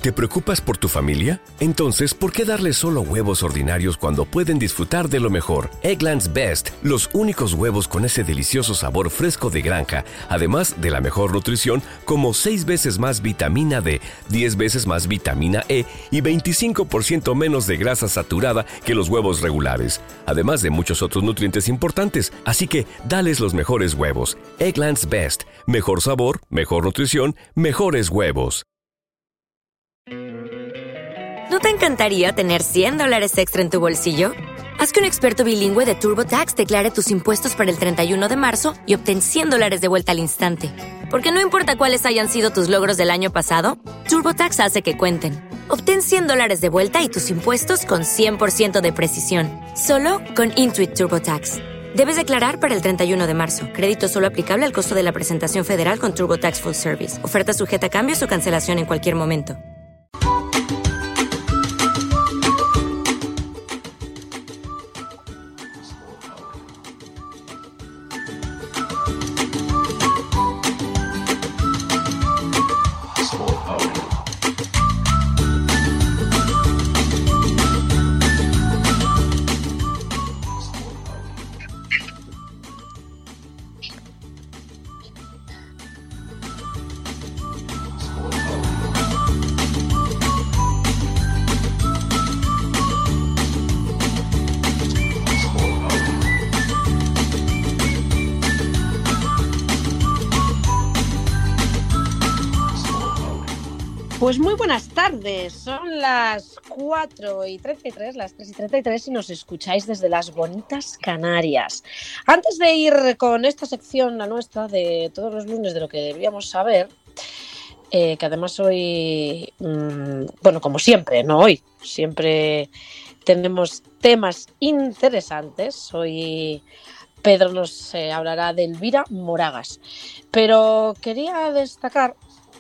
¿Te preocupas por tu familia? Entonces, ¿por qué darles solo huevos ordinarios cuando pueden disfrutar de lo mejor? Eggland's Best, los únicos huevos con ese delicioso sabor fresco de granja, además de la mejor nutrición, como 6 veces más vitamina D, 10 veces más vitamina E y 25% menos de grasa saturada que los huevos regulares, además de muchos otros nutrientes importantes. Así que, dales los mejores huevos. Eggland's Best, mejor sabor, mejor nutrición, mejores huevos. ¿No te encantaría tener $100 extra en tu bolsillo? Haz que un experto bilingüe de TurboTax declare tus impuestos para el 31 de marzo y obtén $100 de vuelta al instante. Porque no importa cuáles hayan sido tus logros del año pasado, TurboTax hace que cuenten. Obtén $100 de vuelta y tus impuestos con 100% de precisión. Solo con Intuit TurboTax. Debes declarar para el 31 de marzo. Crédito solo aplicable al costo de la presentación federal con TurboTax Full Service. Oferta sujeta a cambios o cancelación en cualquier momento. Pues muy buenas tardes, son las 4:33, las 3:33 si nos escucháis desde las bonitas Canarias. Antes de ir con esta sección, la nuestra, de todos los lunes de lo que deberíamos saber, que además hoy, bueno, como siempre, no hoy, siempre tenemos temas interesantes. Hoy Pedro nos hablará de Elvira Moragas, pero quería destacar...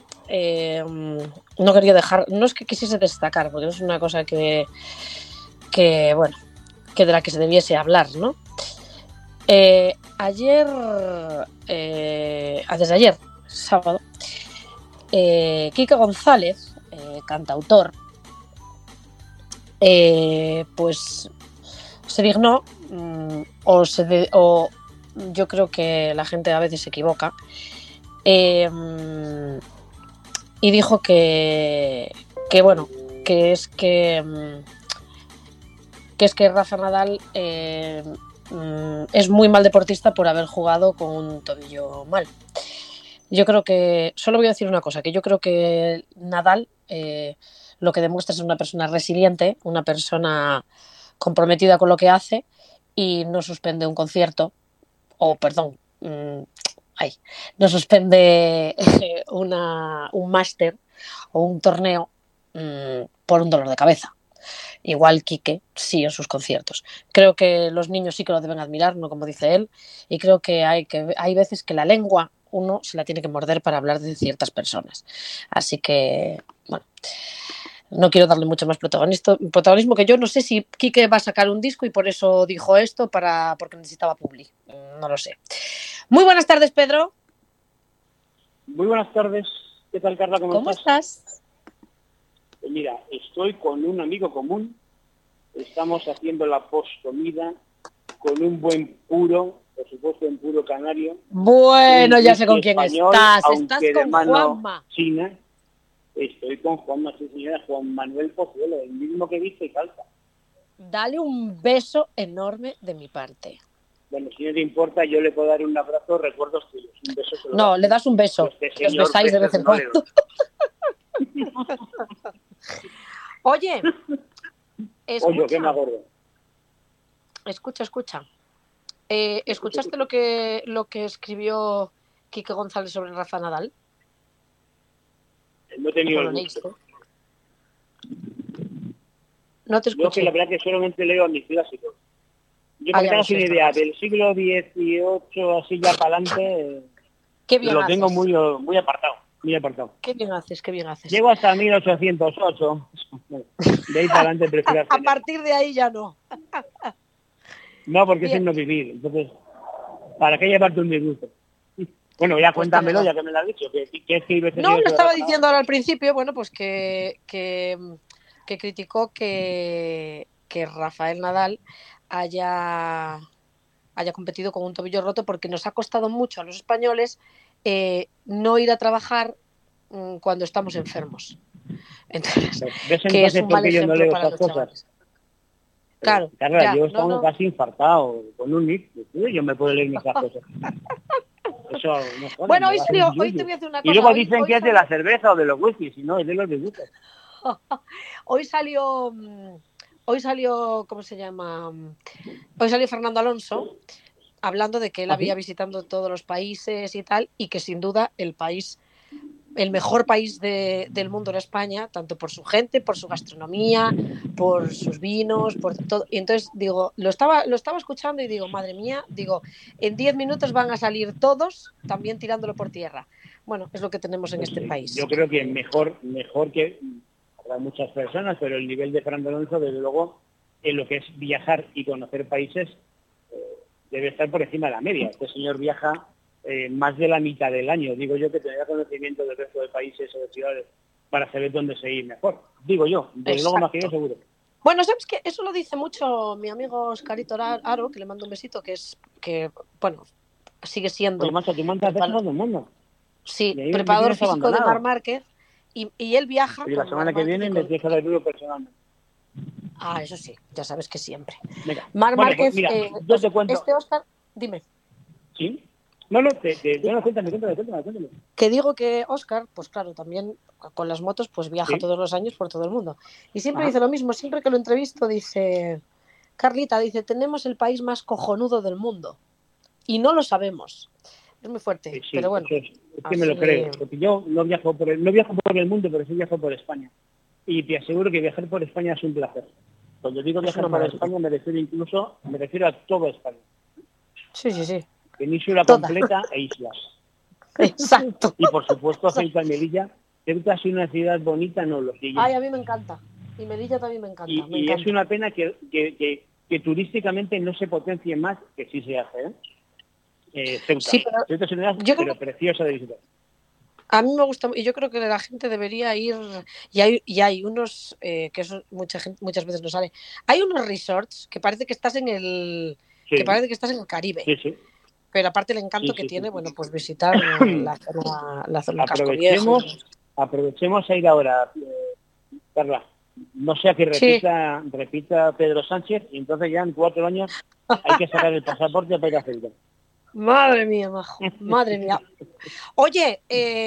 no quería dejar, no es que quisiese destacar, porque no es una cosa que bueno, que de la que se debiese hablar, ¿no? Ayer, desde ayer, sábado, Quique González, cantautor, pues se dignó, o yo creo que la gente a veces se equivoca, y dijo que bueno, que es que Rafa Nadal es muy mal deportista por haber jugado con un tobillo mal. Yo creo que, solo voy a decir una cosa, que yo creo que Nadal lo que demuestra es una persona resiliente, una persona comprometida con lo que hace y no suspende un concierto, o perdón, no suspende un máster o un torneo por un dolor de cabeza. Igual Quique sí en sus conciertos. Creo que los niños sí que lo deben admirar, no como dice él, y creo que hay veces que la lengua uno se la tiene que morder para hablar de ciertas personas. Así que, bueno, no quiero darle mucho más protagonismo, que yo no sé si Quique va a sacar un disco y por eso dijo esto, porque necesitaba publi. No lo sé. Muy buenas tardes, Pedro. Muy buenas tardes. ¿Qué tal, Carla? ¿Cómo estás? Pues mira, estoy con un amigo común. Estamos haciendo la post-comida con un buen puro, por supuesto, un puro canario. Bueno, ya sé con quién español, estás. Estás con Juanma. China. Estoy con Juanma, sí, señora. Juan Manuel Pozuelo, el mismo que viste y calza. Dale un beso enorme de mi parte. Bueno, si no te importa, yo le puedo dar un abrazo, recuerdos tuyos. Un beso. No, le das un beso. Que os besáis de vez en cuando. Oye, escucha. Oye, qué me gordo. Escucha. ¿Escuchaste lo que escribió Quique González sobre Rafa Nadal? No he tenido el gusto. No te escuché. Yo que la verdad que solamente leo a mis clásicos. Yo para que tengas una idea, del siglo XVIII así ya para adelante, lo tengo muy apartado. Qué bien haces. Llego hasta 1808. De ahí para adelante prefiero a partir de ahí ya no. No, porque es no vivir. Entonces, ¿para qué llevarte un disgusto? Bueno, ya Pues cuéntamelo, tiene ya que me lo has dicho. ¿Qué es que Iber No, lo estaba diciendo ahora al principio, bueno, pues que criticó que Rafael Nadal haya competido con un tobillo roto porque nos ha costado mucho a los españoles no ir a trabajar cuando estamos enfermos. Entonces, ¿Ves que es entonces un por mal qué yo no ejemplo leo para esas los cosas? chavales. Claro, Carla, ya, yo no, estaba no. casi infartado con un nick. Yo me puedo leer mis cosas. Eso no jodas, Bueno, me va a hacer un hoy te yuyu. voy a decir una Y cosa. luego dicen Hoy que es de salió, la cerveza o de los whisky, si no, es de los dibujos. hoy salió, hoy salió, ¿cómo se llama? Hoy salió Fernando Alonso hablando de que él ¿Ah, había sí? visitado todos los países y tal, y que sin duda el mejor país del mundo era España, tanto por su gente, por su gastronomía, por sus vinos, por todo. Y entonces digo, lo estaba escuchando y digo, madre mía, digo, en 10 minutos van a salir todos también tirándolo por tierra. Bueno, es lo que tenemos en Pues este país. yo creo que mejor que habrá muchas personas, pero el nivel de Fernando Alonso, desde luego, en lo que es viajar y conocer países, debe estar por encima de la media. Este señor viaja más de la mitad del año. Digo yo que tendrá conocimiento del resto de países o de ciudades para saber dónde seguir mejor. Digo yo, desde luego más que yo Exacto. seguro. Bueno, ¿sabes qué? Eso lo dice mucho mi amigo Oscarito Aro, que le mando un besito, bueno, sigue Oye, siendo macho, tú mandas besos a todo el mundo. Y ahí me preparador tienes físico de Mar abandonado. Márquez, y él viaja Y la con Mar semana que Márquez viene me tienes que dar duro personalmente. Eso sí, ya sabes que siempre. Venga. Mar Bueno, pues Márquez, mira, yo te cuento. Oscar, dime. ¿Sí? No, cuéntame. Que digo que Oscar, pues claro, también con las motos, pues viaja Sí. todos los años por todo el mundo. Y siempre Ajá. dice lo mismo, siempre que lo entrevisto dice, Carlita, dice, tenemos el país más cojonudo del mundo. Y no lo sabemos. Es muy fuerte, pero Sí, bueno. eso es que me lo Así... creo. Porque yo no viajo por el mundo, pero sí viajo por España. Y te aseguro que viajar por España es un placer. Cuando digo Es una viajar por maravilla. España me refiero a toda España. Sí. Península Toda. completa e islas. Exacto. Y por supuesto Ceuta y Melilla. Ceuta es una ciudad bonita, no lo sigue. Ay, a mí me encanta. Y Melilla también me encanta. Me Y es encanta. una pena que turísticamente no se potencie más, que sí se hace, Ceuta. Sí, pero Ceuta es una ciudad, yo creo pero preciosa de visitar. a mí me gusta, y yo creo que la gente debería ir, y hay unos, que eso muchas veces no sale, hay unos resorts que parece que estás que parece que estás en el Caribe, Sí. pero aparte el encanto que tiene, bueno, pues visitar la zona Casco Viejo. Aprovechemos a ir ahora, Carla. No sea que Sí. repita Pedro Sánchez y entonces ya en 4 años hay que sacar el pasaporte para ir a Ceuta. Madre mía, majo, madre mía. Oye,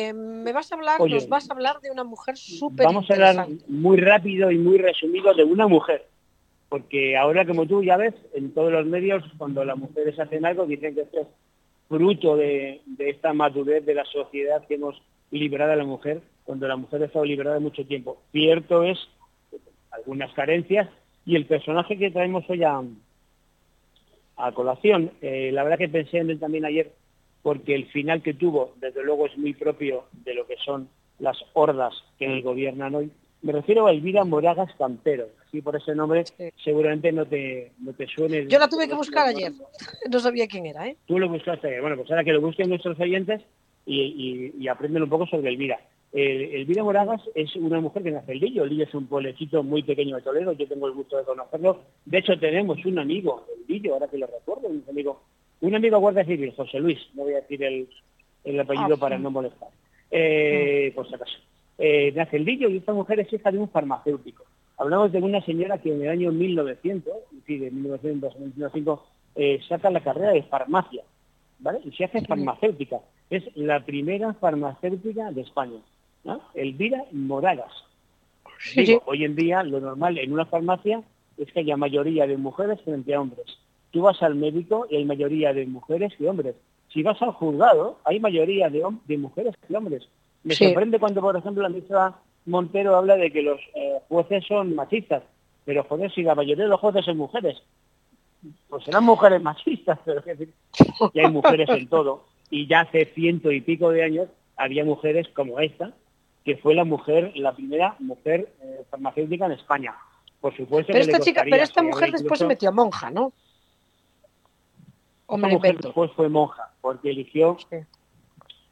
nos Oye, vas a hablar de una mujer súper vamos a hablar interesante. muy rápido y muy resumido de una mujer, porque ahora, como tú ya ves, en todos los medios, cuando las mujeres hacen algo, dicen que esto es fruto de esta madurez de la sociedad que hemos liberado a la mujer, cuando la mujer ha estado liberada mucho tiempo. Cierto es algunas carencias, y el personaje que traemos hoy a colación, la verdad que pensé en él también ayer, porque el final que tuvo, desde luego, es muy propio de lo que son las hordas que nos gobiernan hoy. Me refiero a Elvira Moragas Campero, así por ese nombre seguramente no te suene. Yo la tuve que buscar ayer, no sabía quién era, ¿eh? Tú lo buscaste ayer. Bueno, pues ahora que lo busquen nuestros oyentes y aprenden un poco sobre Elvira. Elvira Moragas es una mujer que nace en Lillo. Lillo es un pueblecito muy pequeño de Toledo, yo tengo el gusto de conocerlo. De hecho, tenemos un amigo en Lillo, ahora que lo recuerdo, un amigo guardia civil, José Luis, no voy a decir el apellido para no molestar, por si acaso. Nace en Lillo y esta mujer es hija de un farmacéutico. Hablamos de una señora que en el año 1900, es decir, en 1905, saca la carrera de farmacia, ¿vale? Y se hace farmacéutica. Es la primera farmacéutica de España, ¿no? Elvira Moragas. Digo, hoy en día lo normal en una farmacia es que haya mayoría de mujeres frente a hombres. Tú vas al médico y hay mayoría de mujeres que hombres. Si vas al juzgado, hay mayoría de mujeres que hombres. Me sorprende cuando, por ejemplo, la ministra Montero habla de que los jueces son machistas. Pero, joder, si la mayoría de los jueces son mujeres, pues serán mujeres machistas, pero es decir, que hay mujeres en todo. Y ya hace 100 y pico de años había mujeres como esta, que fue la primera mujer farmacéutica en España. Por supuesto pero que esta mujer después se metió a monja, ¿no? Esta mujer después fue monja, porque eligió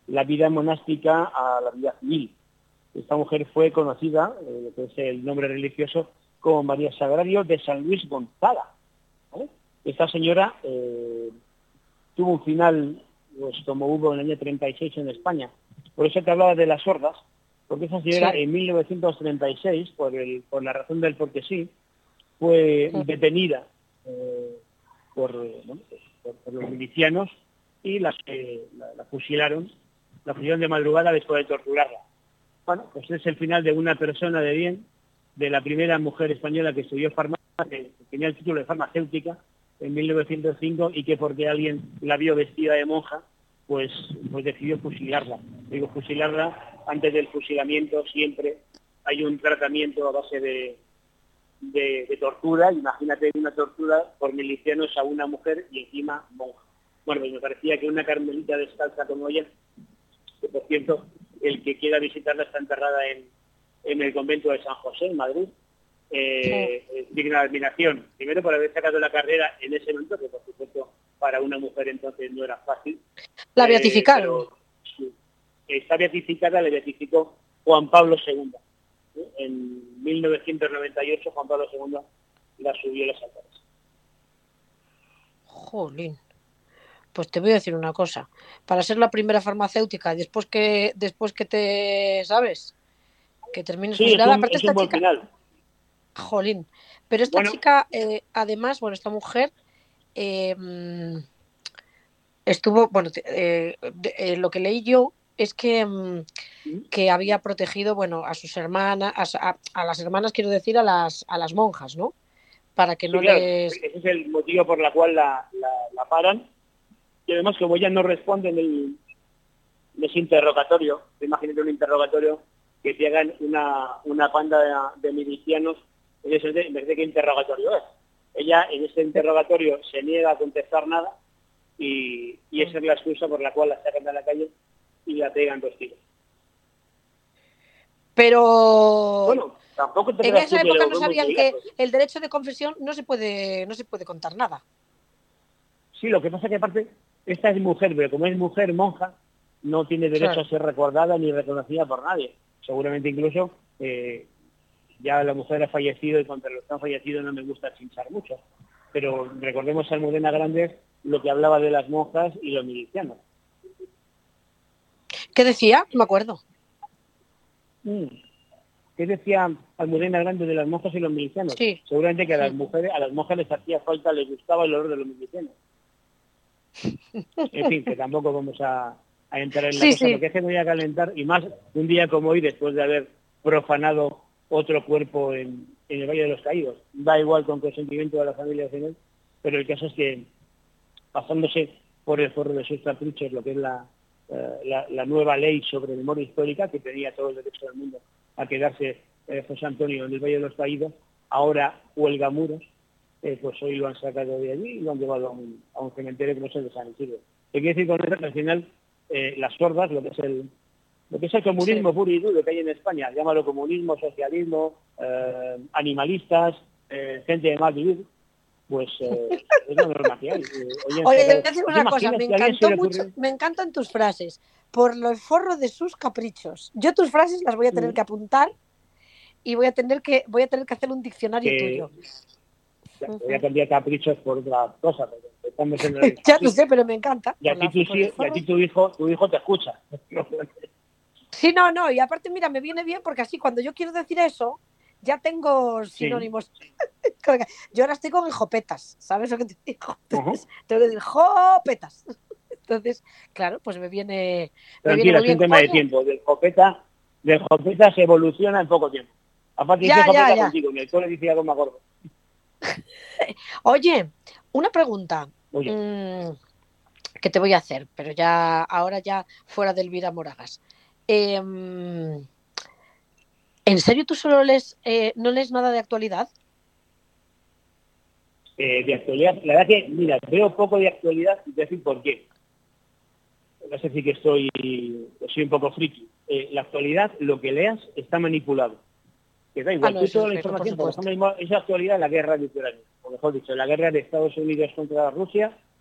la vida monástica a la vida civil. Esta mujer fue conocida, que es el nombre religioso, como María Sagrario de San Luis Gonzaga, ¿vale? Esta señora tuvo un final, pues como hubo en el año 36 en España. Por eso te hablaba de las sordas, porque esa señora en 1936, por la razón del porque sí, fue detenida por los milicianos y la fusilaron de madrugada después de torturarla. Bueno, pues es el final de una persona de bien, de la primera mujer española que estudió farmacia, que tenía el título de farmacéutica en 1905 y que porque alguien la vio vestida de monja, pues decidió fusilarla. Digo, fusilarla, antes del fusilamiento siempre hay un tratamiento a base de tortura. Imagínate una tortura por milicianos a una mujer y encima monja. Bueno, pues me parecía que una carmelita descalza como ella, que por cierto, el que quiera visitarla está enterrada en el convento de San José, en Madrid, digna de admiración. Primero por haber sacado la carrera en ese momento, que por supuesto para una mujer entonces no era fácil. La beatificaron. Pero está beatificada, la beatificó Juan Pablo II. En 1998 Juan Pablo II la subió a las altares. Jolín. Pues te voy a decir una cosa. Para ser la primera farmacéutica, después que te, ¿sabes? Que termines fusilada, aparte esta chica. Final. Jolín. Pero esta chica, además, esta mujer estuvo, lo que leí yo es que había protegido, a sus hermanas, a las hermanas, quiero decir, a las monjas, ¿no? Para que no claro, les... Ese es el motivo por el cual la paran. Y además, como ella no responde en ese interrogatorio, imagínate un interrogatorio que te hagan una panda de milicianos, en vez de qué interrogatorio es. Ella en ese interrogatorio se niega a contestar nada y esa es la excusa por la cual la sacan de la calle y la pegan 2 tiros. Pero bueno, tampoco te en esa época no sabían que el derecho de confesión no se puede contar nada. Sí, lo que pasa es que aparte esta es mujer, pero como es mujer monja, no tiene derecho a ser recordada ni reconocida por nadie. Seguramente incluso ya la mujer ha fallecido y contra los que han fallecido no me gusta chinchar mucho. Pero recordemos a Almudena Grandes lo que hablaba de las monjas y los milicianos. ¿Qué decía? No me acuerdo. ¿Qué decía Almudena Grandes de las monjas y los milicianos? Sí. Seguramente que a las monjas les hacía falta, les gustaba el olor de los milicianos. En fin, que tampoco vamos a entrar en la cosa, porque es que me voy a calentar, y más un día como hoy, después de haber profanado otro cuerpo en el Valle de los Caídos. Da igual con consentimiento de la familia de él, pero el caso es que, pasándose por el forro de sus caprichos, lo que es la nueva ley sobre memoria histórica, que tenía todo el derecho del mundo a quedarse José Antonio en el Valle de los Caídos, ahora huelga muros. Pues hoy lo han sacado de allí y lo han llevado a un cementerio que no es el de San Isidro. ¿Qué quiere decir con eso? Que al final las sordas, lo que es el comunismo puro y duro que hay en España, llámalo comunismo, socialismo, animalistas, gente de mal vivir, pues es la norma que hay. Oye, te voy a decir una cosa, me encantan tus frases, por los forros de sus caprichos. Yo tus frases las voy a tener que apuntar y voy a tener que hacer un diccionario tuyo. Voy a cambiar caprichos por otra cosa. Ya lo sé, pero me encanta. Y a ti tu hijo te escucha. Sí, no, y aparte, mira, me viene bien porque así cuando yo quiero decir eso, ya tengo sinónimos. Sí. Yo ahora estoy con jopetas, ¿sabes lo que te digo? Entonces, tengo que decir jopetas. Entonces, claro, pues me viene. Tranquila, es un tema de tiempo. Del jopeta se evoluciona en poco tiempo. Aparte, dice jopeta contigo, en el cole dice algo más gordo. Oye, una pregunta que te voy a hacer, pero ahora fuera de Elvira Moragas. ¿En serio tú solo no lees nada de actualidad? De actualidad, la verdad que, mira, veo poco de actualidad y te voy a decir por qué. No sé si que soy un poco friki. La actualidad, lo que leas, está manipulado. Que da igual, tú toda la información, por ejemplo, esa actualidad, la guerra de Ucrania, o mejor dicho, la guerra de Estados Unidos contra Rusia,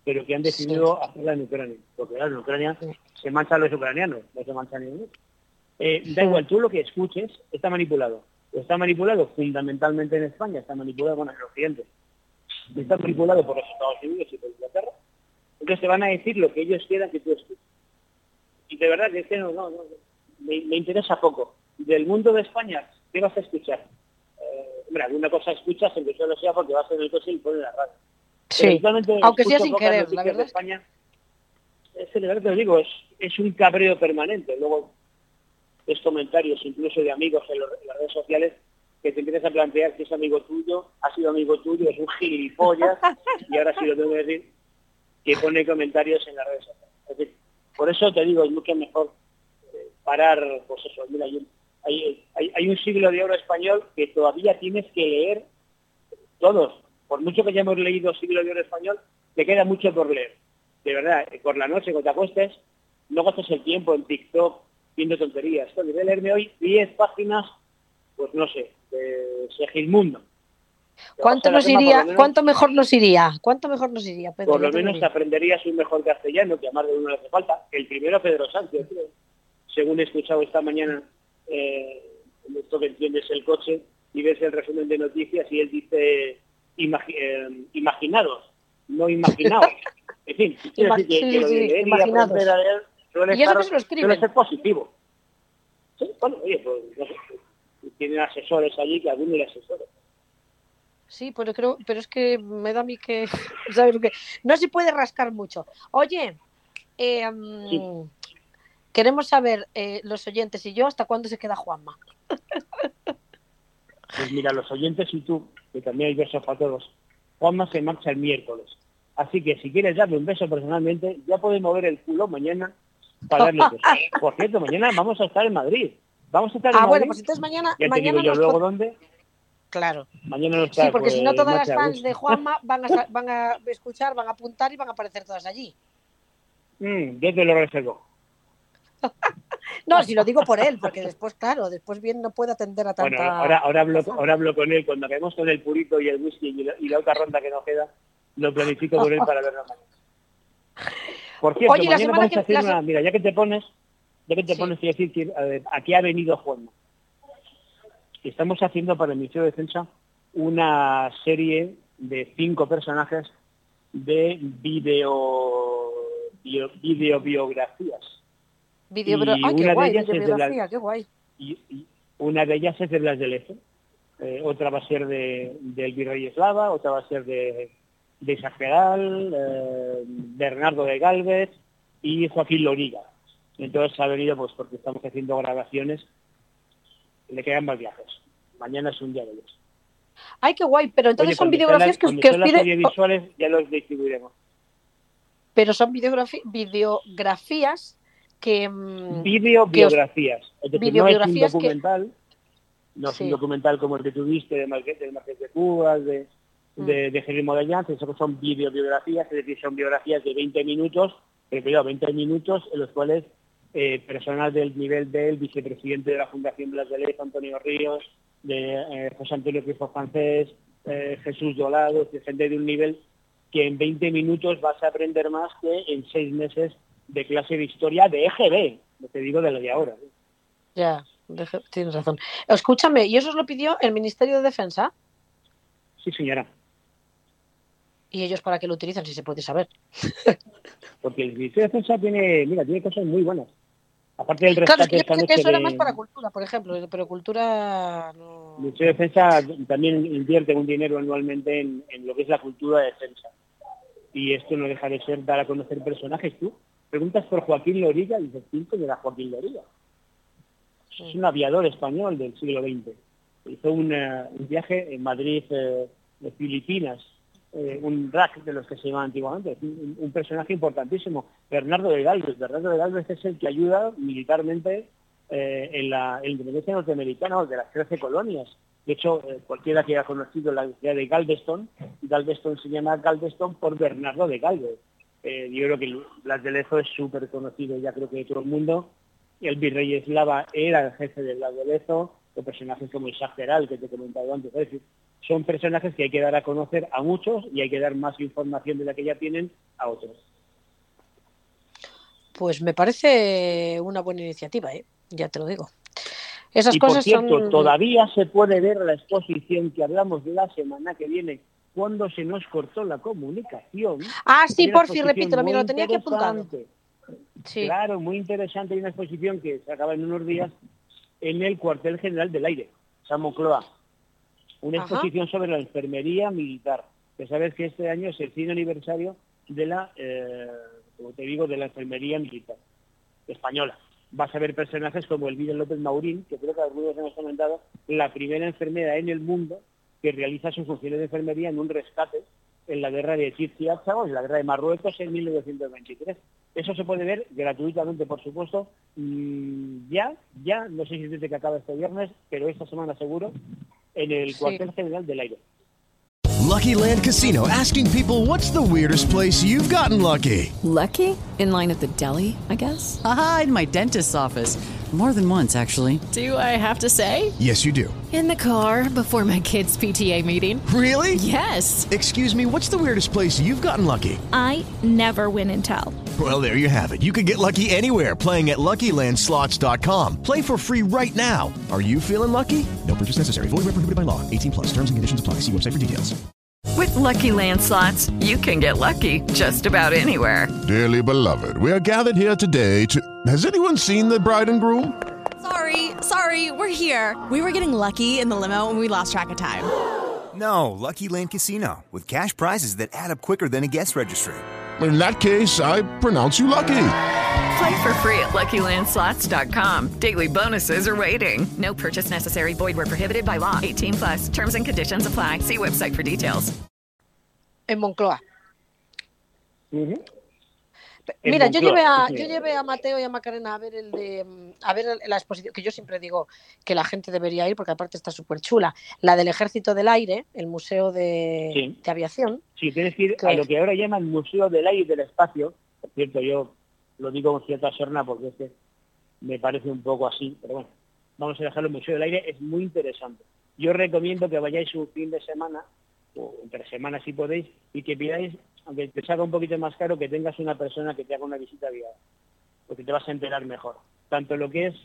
pero que han decidido hacerla en Ucrania. Porque claro, en Ucrania se manchan los ucranianos, no se manchan ninguno. Da igual, tú lo que escuches está manipulado. Está manipulado fundamentalmente en España, está manipulado en el Occidente. Está manipulado por los Estados Unidos y por Inglaterra. Entonces te van a decir lo que ellos quieran que tú escuches. Y de verdad que es que me interesa poco. Del mundo de España, ¿qué vas a escuchar? Hombre, alguna cosa escuchas, aunque solo sea porque vas en el coche y pones la radio. Sí, aunque sea sin querer, la verdad. De España, de verdad te lo digo, es un cabreo permanente. Luego, es comentarios incluso de amigos en las redes sociales que te empiezas a plantear si es amigo tuyo, ha sido amigo tuyo, es un gilipollas, y ahora sí lo tengo que decir, que pone comentarios en las redes sociales. Es decir, por eso te digo, es mucho mejor parar, pues eso, mira, hay un siglo de oro español que todavía tienes que leer todos. Por mucho que hayamos leído siglo de oro español, te queda mucho por leer. De verdad, por la noche cuando te acuestes, no gastes el tiempo en TikTok viendo tonterías. Voy a leerme hoy 10 páginas, pues no sé, de Segismundo. ¿Cuánto mejor nos iría? ¿Cuánto mejor nos iría, Pedro? Por lo menos aprenderías un mejor castellano, que a más de uno le hace falta. El primero, Pedro Sánchez, creo. Según he escuchado esta mañana, esto que entiendes el coche, y ves el resumen de noticias, y él dice, imaginados, no imaginaos. En fin, quiero decir que lo de leer y aprender a leer suele ser positivo. Sí, bueno, oye, pues no sé, tienen asesores allí que algunos le asesoran. Sí, pero es que me da a mí que, ¿sabes qué? No se puede rascar mucho. Oye, sí. Queremos saber, los oyentes y yo, ¿hasta cuándo se queda Juanma? Pues mira, los oyentes y tú, que también hay besos para todos, Juanma se marcha el miércoles. Así que si quieres darle un beso personalmente, ya puedes mover el culo mañana para darle un beso. Por cierto, mañana vamos a estar en Madrid. Vamos a estar en Madrid. Bueno, pues entonces mañana... Ya te digo yo luego dónde. Claro. Mañana no está, sí, porque pues, si no todas las fans de Juanma van a escuchar, van a apuntar y van a aparecer todas allí. Yo te lo reservo. No, si lo digo por él, porque después, claro, después bien no puede atender a tanta... Bueno, ahora hablo con él, cuando acabemos con el purito y el whisky y la otra ronda que nos queda, lo planifico con él para verlo mañana. Por cierto, oye, mañana vamos a hacer una... Mira, ya que te pones, quiero decir que aquí ha venido Juanma. Estamos haciendo para el Ministerio de Defensa una serie de 5 personajes de videobiografías. Videobiografía, qué guay. Y una de ellas es de Blas de Lezo. Otra va a ser del Virrey Eslava, otra va a ser de Isaac Bernardo de Gálvez y Joaquín Loriga. Entonces ha venido pues porque estamos haciendo grabaciones, le quedan más viajes. Mañana es un día de ellos. Ay, qué guay, pero entonces son videografías que os pide... las audiovisuales ya los distribuiremos. Pero son videografías que... Videobiografías. Es decir, videobiografías no es un documental, no es un documental como el que tuviste del Marqués de Cubas, de Jerónimo de Allanz, son videobiografías, es decir, son biografías de 20 minutos, pero 20 minutos en los cuales personas del nivel del vicepresidente de la Fundación Blas de Lezo, Antonio Ríos, de José Antonio Cristo Francés, Jesús Dolado, gente de un nivel que en 20 minutos vas a aprender más que en 6 meses de clase de historia de EGB, lo te digo de lo de ahora. Ya, tienes razón. Escúchame, ¿y eso os lo pidió el Ministerio de Defensa? Sí, señora. ¿Y ellos para qué lo utilizan, si se puede saber? Porque el Ministerio de Defensa tiene cosas muy buenas. Aparte del rescate... Claro, es que yo pensé que eso era más para cultura, por ejemplo, pero cultura no... El Ministerio de Defensa también invierte un dinero anualmente en lo que es la cultura de defensa. Y esto no deja de ser dar a conocer personajes. Tú preguntas por Joaquín Loriga y dices, ¿quién era Joaquín Loriga? Es un aviador español del siglo XX. Hizo un viaje en Madrid, de Filipinas, un rack de los que se llamaban antiguamente, un personaje importantísimo, Bernardo de Gálvez. Bernardo de Gálvez es el que ayuda militarmente en la independencia norteamericana de las 13 colonias. De hecho, cualquiera que haya conocido la ciudad de Galveston se llama Galveston por Bernardo de Gálvez. Yo creo que Blas de Lezo es súper conocido, ya creo que de todo el mundo. El virrey Eslava era el jefe de Blas de Lezo, o personajes como Isaac Peral, que te he comentado antes. Es decir, son personajes que hay que dar a conocer a muchos y hay que dar más información de la que ya tienen a otros. Pues me parece una buena iniciativa, ya te lo digo. Esas y cosas por cierto, son... todavía se puede ver la exposición que hablamos de la semana que viene, cuando se nos cortó la comunicación. Ah, sí, por fin, repito, repítelo, mira, lo tenía aquí apuntado. Sí. Claro, muy interesante. Hay una exposición que se acaba en unos días en el cuartel general del aire, San Moncloa. Una exposición sobre la enfermería militar. Que sabes que este año es el 100 aniversario de la, como te digo, de la enfermería militar española. Vas a ver personajes como Elvira López Maurín, que creo que algunos hemos comentado, la primera enfermera en el mundo que realiza sus funciones de enfermería en un rescate en la guerra de Tircia-Achao, en la guerra de Marruecos en 1923. Eso se puede ver gratuitamente, por supuesto, ya, no sé si desde que acaba este viernes, pero esta semana seguro, en el cuartel general del aire. Lucky Land Casino, asking people, what's the weirdest place you've gotten lucky? Lucky? In line at the deli, I guess? Aha, in my dentist's office. More than once, actually. Do I have to say? Yes, you do. In the car before my kids' PTA meeting. Really? Yes. Excuse me, what's the weirdest place you've gotten lucky? I never win and tell. Well, there you have it. You can get lucky anywhere, playing at LuckyLandSlots.com. Play for free right now. Are you feeling lucky? No purchase necessary. Void where prohibited by law. 18+. Terms and conditions apply. See website for details. With Lucky Land Slots, you can get lucky just about anywhere. Dearly beloved, we are gathered here today to... Has anyone seen the bride and groom? Sorry, we're here. We were getting lucky in the limo and we lost track of time. No, Lucky Land Casino, with cash prizes that add up quicker than a guest registry. In that case, I pronounce you lucky. Play for free at LuckyLandSlots.com. Daily bonuses are waiting. No purchase necessary. Void where prohibited by law. 18+. Terms and conditions apply. See website for details. En Moncloa. Mira, yo llevé a Mateo y a Macarena a ver la exposición, que yo siempre digo que la gente debería ir porque aparte está súper chula, la del Ejército del Aire, el Museo de Aviación. Sí, tienes que ir a lo que ahora llaman Museo del Aire y del Espacio. Por cierto, yo lo digo con cierta sorna porque es que me parece un poco así, pero bueno, vamos a dejarlo. El Museo del Aire es muy interesante. Yo recomiendo que vayáis un fin de semana, o entre semanas si podéis, y que pidáis, aunque te salga un poquito más caro, que tengas una persona que te haga una visita guiada, porque te vas a enterar mejor. Tanto lo que es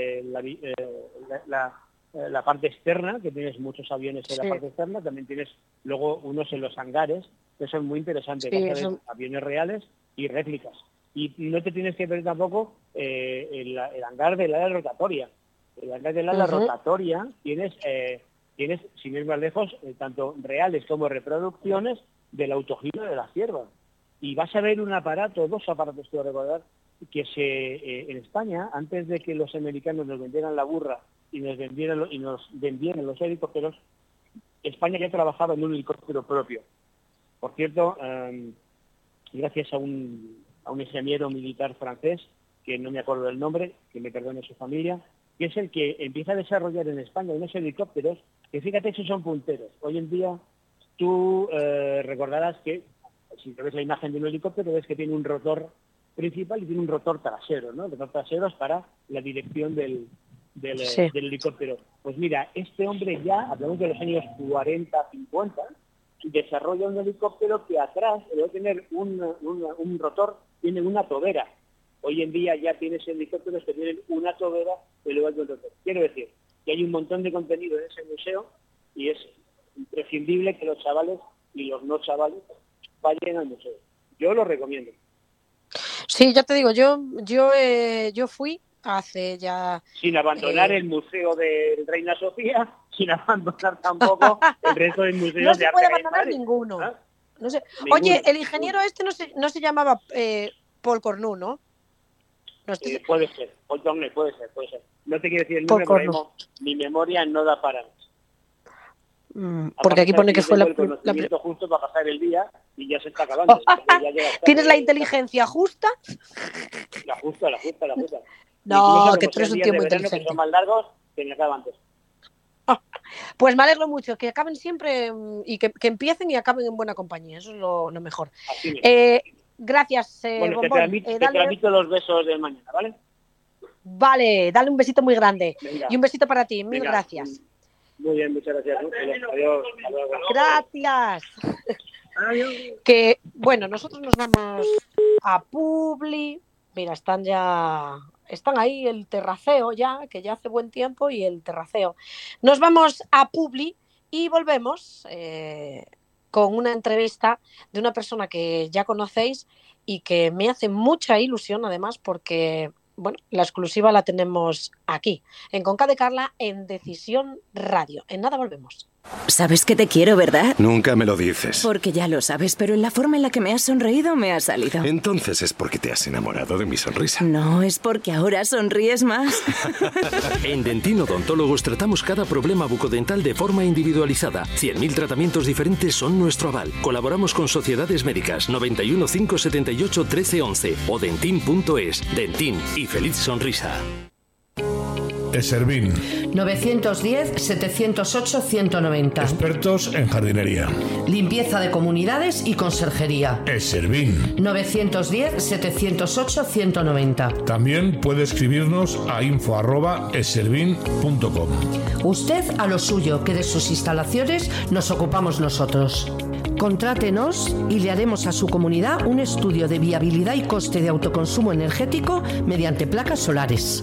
la parte externa, que tienes muchos aviones en la parte externa, también tienes luego unos en los hangares, que son muy interesantes, vas a ver aviones reales y réplicas. Y no te tienes que ver tampoco el hangar del ala rotatoria. El hangar del ala rotatoria tienes, sin ir más lejos, tanto reales como reproducciones del autogiro de la cierva. Y vas a ver dos aparatos, quiero recordar, que en España, antes de que los americanos nos vendieran la burra y nos vendieran los helicópteros, España ya trabajaba en un helicóptero propio. Por cierto, gracias a un ingeniero militar francés, que no me acuerdo del nombre, que me perdone su familia, que es el que empieza a desarrollar en España unos helicópteros que, fíjate, esos son punteros. Hoy en día tú recordarás que, si te ves la imagen de un helicóptero, ves que tiene un rotor principal y tiene un rotor trasero, ¿no? El rotor trasero es para la dirección del helicóptero. Pues mira, este hombre ya, hablamos de los años 40, 50, desarrolla un helicóptero que atrás, en vez de tener un rotor, tiene una tobera. Hoy en día ya tienes helicópteros que tienen una tobera en lugar de un rotor. Quiero decir que hay un montón de contenido en ese museo y es imprescindible que los chavales y los no chavales vayan al museo. Yo lo recomiendo. Sí, ya te digo, yo fui hace ya... Sin abandonar el Museo de Reina Sofía, sin abandonar tampoco el resto del museos de arte. No se puede abandonar ninguno. ¿Ah? No sé. Ninguno. Oye, el ingeniero no se llamaba Paul Cornu, ¿no? Puede ser, Paul Cornu, puede ser. No te quiero decir el nombre, pero mi memoria no da para más. Porque aquí pone que fue el conocimiento justo para pasar el día y ya se está acabando. ¿Tienes la inteligencia justa? La justa. No, que tú eres un tío muy inteligente. Que son más largos, que me acaban antes. Pues me alegro mucho, que acaben siempre y que empiecen y acaben en buena compañía. Eso es lo mejor. Así Gracias, bueno, Bombón. Te tramito los besos de mañana, ¿vale? Vale, dale un besito muy grande. Venga. Y un besito para ti. Mil Venga. gracias. Muy bien, muchas gracias. Adiós. Hasta luego. Gracias. Que, bueno, nosotros nos vamos a Publi. Mira, están ahí el terraceo ya, que ya hace buen tiempo, y el terraceo. Nos vamos a Publi y volvemos con una entrevista de una persona que ya conocéis y que me hace mucha ilusión, además, porque, bueno, la exclusiva la tenemos aquí, en Conca de Carla, en Decisión Radio. En nada volvemos. Sabes que te quiero, ¿verdad? Nunca me lo dices. Porque ya lo sabes, pero en la forma en la que me has sonreído me ha salido. Entonces es porque te has enamorado de mi sonrisa. No, es porque ahora sonríes más. En Dentin Odontólogos tratamos cada problema bucodental de forma individualizada. 100.000 tratamientos diferentes son nuestro aval. Colaboramos con sociedades médicas 91 578 1311 o dentin.es. Dentin y feliz sonrisa. Eservín. 910-708-190. Expertos en jardinería. Limpieza de comunidades y conserjería. Eservín. 910-708-190. También puede escribirnos a info@eservín.com. Usted a lo suyo, que de sus instalaciones nos ocupamos nosotros. Contrátenos y le haremos a su comunidad un estudio de viabilidad y coste de autoconsumo energético mediante placas solares.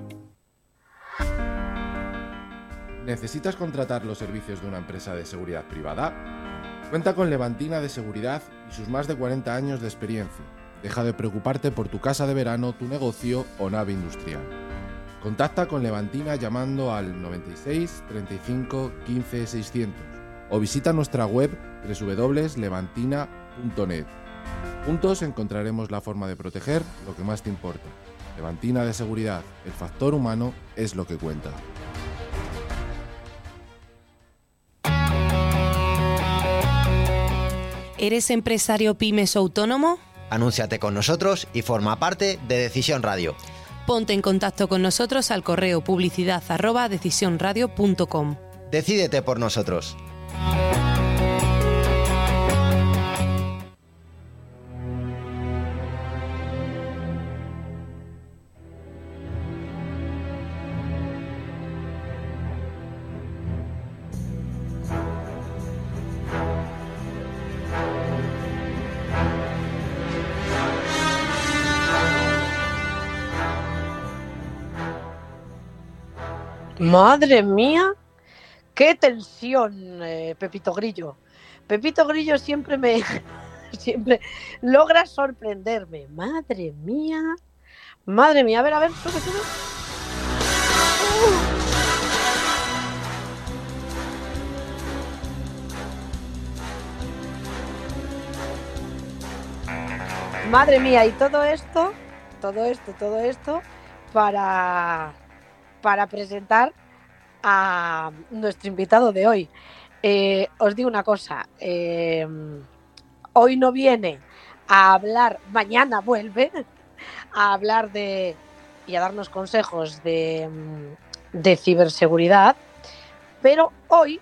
¿Necesitas contratar los servicios de una empresa de seguridad privada? Cuenta con Levantina de Seguridad y sus más de 40 años de experiencia. Deja de preocuparte por tu casa de verano, tu negocio o nave industrial. Contacta con Levantina llamando al 96 35 15 600 o visita nuestra web www.levantina.net. Juntos encontraremos la forma de proteger lo que más te importa. Levantina de Seguridad, el factor humano es lo que cuenta. ¿Eres empresario pymes o autónomo? Anúnciate con nosotros y forma parte de Decisión Radio. Ponte en contacto con nosotros al correo publicidad@decisionradio.com. Decídete por nosotros. Madre mía, qué tensión, Pepito Grillo. Pepito Grillo siempre logra sorprenderme. Madre mía. A ver, sube. Madre mía, y todo esto para presentar a nuestro invitado de hoy. Os digo una cosa, hoy no viene a hablar, mañana vuelve a hablar y a darnos consejos de ciberseguridad, pero hoy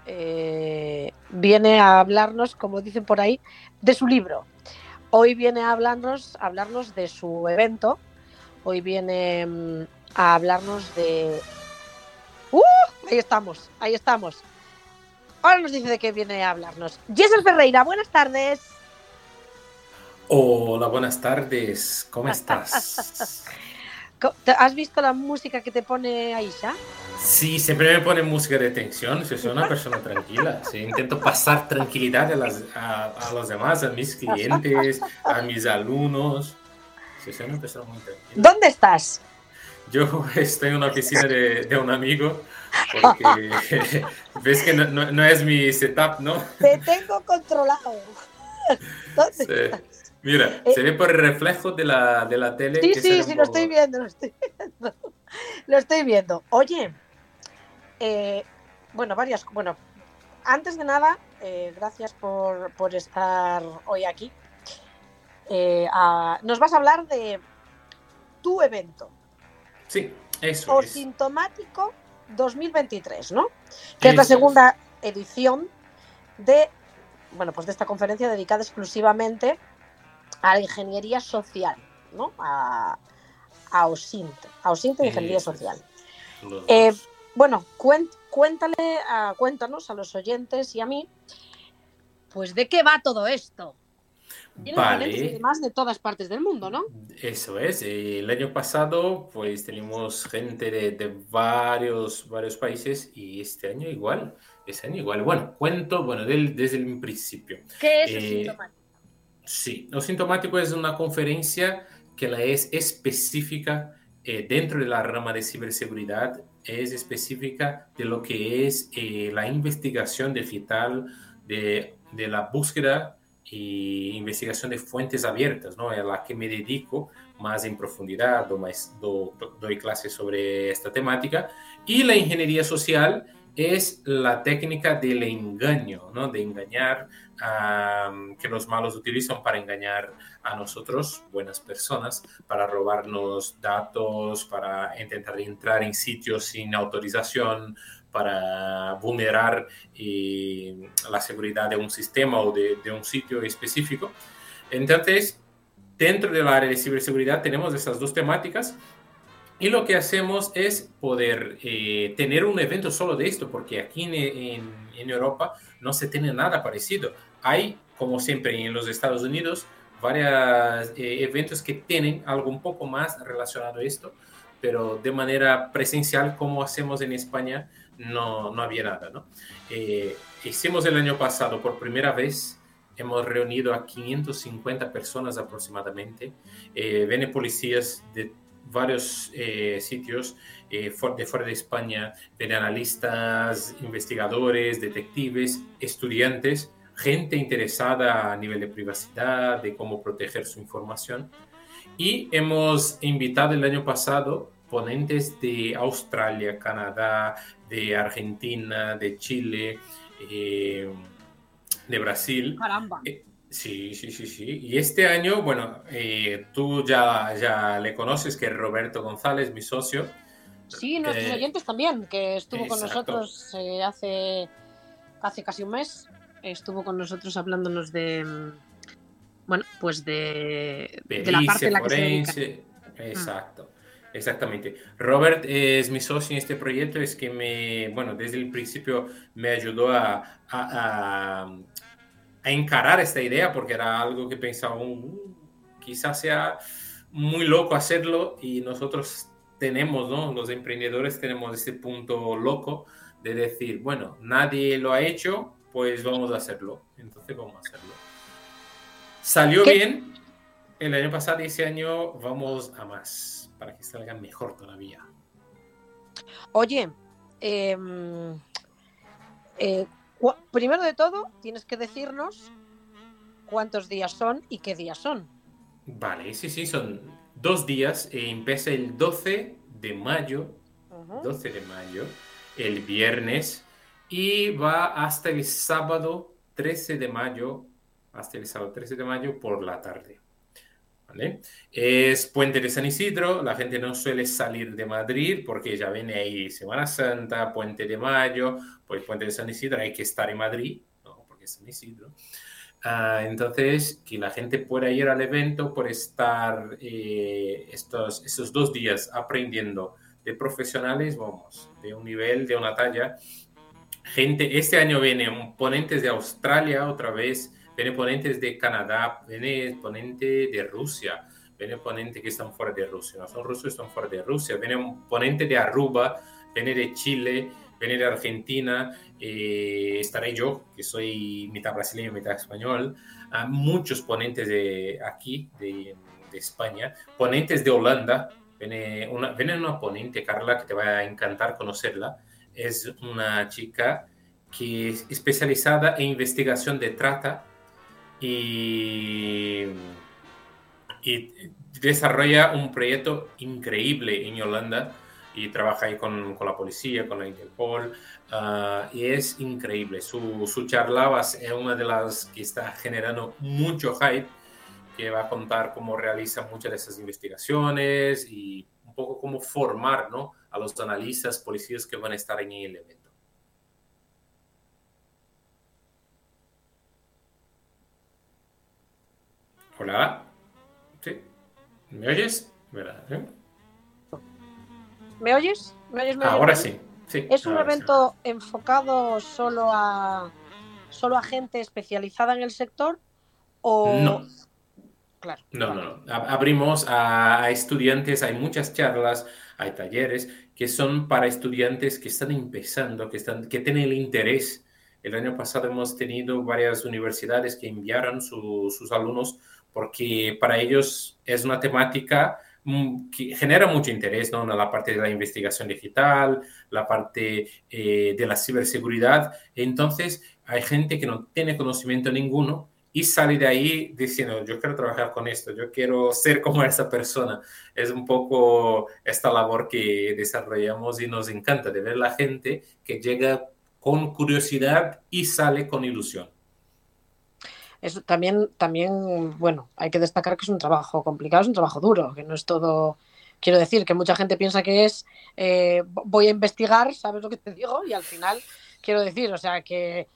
viene a hablarnos, como dicen por ahí, de su libro. Hoy viene a hablarnos de su evento, hoy viene a hablarnos de... Ahí estamos. Ahora nos dice de qué viene a hablarnos. Jessel Ferreira, buenas tardes. Hola, buenas tardes. ¿Cómo estás? ¿Has visto la música que te pone Aisha? Sí, siempre me pone música de tensión. Soy una persona tranquila. Sí, intento pasar tranquilidad a los demás, a mis clientes, a mis alumnos. Soy una persona muy tranquila. ¿Dónde estás? Yo estoy en una oficina de un amigo, porque ves que no es mi setup, ¿no? Te tengo controlado. ¿Dónde estás? Mira, se ve por el reflejo de la tele. Sí, lo estoy viendo. Lo estoy viendo. Oye, antes de nada, gracias por estar hoy aquí. Nos vas a hablar de tu evento. Sí, eso es. Sintomático 2023, ¿no? Que es la segunda edición de esta conferencia dedicada exclusivamente a la ingeniería social, ¿no? AOSINT de Ingeniería Eso es. Social. Los dos. Bueno, cuéntanos a los oyentes y a mí, pues de qué va todo esto. Tienen ponentes Vale, además de todas partes del mundo, ¿no? eso es. El año pasado, pues tenemos gente de varios países y este año igual. Bueno, cuento, desde el principio. ¿Qué es Eh, sintomático? Sí, lo sintomático es una conferencia que la es específica dentro de la rama de ciberseguridad, es específica de lo que es la investigación digital, de la búsqueda e investigación de fuentes abiertas, ¿no? A la que me dedico más en profundidad, doy clases sobre esta temática. Y la ingeniería social es la técnica del engaño, ¿no? De engañar, que los malos utilizan para engañar a nosotros, buenas personas, para robarnos datos, para intentar entrar en sitios sin autorización, para vulnerar la seguridad de un sistema o de un sitio específico. Entonces, dentro del área de ciberseguridad tenemos estas dos temáticas. Y lo que hacemos es poder tener un evento solo de esto, porque aquí en Europa no se tiene nada parecido. Hay, como siempre en los Estados Unidos, varios eventos que tienen algo un poco más relacionado a esto, pero de manera presencial, como hacemos en España, no había nada, ¿no? Hicimos el año pasado por primera vez. Hemos reunido a 550 personas aproximadamente. Vienen policías de varios sitios de fuera de España, de analistas, investigadores, detectives, estudiantes, gente interesada a nivel de privacidad, de cómo proteger su información. Y hemos invitado el año pasado ponentes de Australia, Canadá, de Argentina, de Chile, de Brasil. Caramba. Sí. Y este año, bueno, tú ya le conoces, que es Roberto González, mi socio. Sí, nuestros oyentes también, que estuvo con exacto. nosotros hace casi un mes. Estuvo con nosotros hablándonos de la parte en la que se dedica. Exacto. Exactamente. Robert es mi socio en este proyecto, es que desde el principio me ayudó a encarar esta idea, porque era algo que pensaba, quizás sea muy loco hacerlo, y nosotros tenemos, ¿no? Los emprendedores tenemos ese punto loco de decir, bueno, nadie lo ha hecho, pues vamos a hacerlo. Entonces vamos a hacerlo. Salió bien el año pasado y ese año vamos a más, para que salga mejor todavía. Oye, primero de todo, tienes que decirnos cuántos días son y qué días son. Vale, sí, son 2 días. Empieza el 12 de mayo, 12 de mayo, el viernes, y va hasta el sábado 13 de mayo, por la tarde. ¿Vale? Es Puente de San Isidro. La gente no suele salir de Madrid porque ya viene ahí Semana Santa, Puente de Mayo, pues Puente de San Isidro hay que estar en Madrid, ¿no? Porque es San Isidro. Entonces, que la gente pueda ir al evento, por estar estos 2 días aprendiendo de profesionales, de un nivel, de una talla. Este año vienen ponentes de Australia otra vez, vienen ponentes de Canadá, viene ponente de Rusia, viene ponente que están fuera de Rusia, no son rusos, están fuera de Rusia, viene un ponente de Aruba, viene de Chile, viene de Argentina, estaré yo, que soy mitad brasileño, mitad español, muchos ponentes de aquí, de España, ponentes de Holanda, viene una ponente, Carla, que te va a encantar conocerla. Es una chica que es especializada en investigación de trata y desarrolla un proyecto increíble en Holanda y trabaja ahí con la policía, con la Interpol, y es increíble. Su charla es una de las que está generando mucho hype, que va a contar cómo realiza muchas de esas investigaciones y un poco cómo formar, ¿no?, a los analistas, policías que van a estar en el evento. Hola. ¿Sí? ¿Me oyes? ¿Verdad? ¿Me oyes? Ahora sí. ¿Es un evento enfocado solo a gente especializada en el sector o...? No. Claro. No. Abrimos a estudiantes, hay muchas charlas, hay talleres que son para estudiantes que están empezando, que tienen el interés. El año pasado hemos tenido varias universidades que enviaron sus alumnos porque para ellos es una temática que genera mucho interés, ¿no? La parte de la investigación digital, la parte de la ciberseguridad. Entonces, hay gente que no tiene conocimiento ninguno y sale de ahí diciendo, yo quiero trabajar con esto, yo quiero ser como esa persona. Es un poco esta labor que desarrollamos y nos encanta de ver la gente que llega con curiosidad y sale con ilusión. Eso también, bueno, hay que destacar que es un trabajo complicado, es un trabajo duro, que no es todo... Quiero decir que mucha gente piensa que es voy a investigar, ¿sabes lo que te digo? Y al final, quiero decir, o sea, que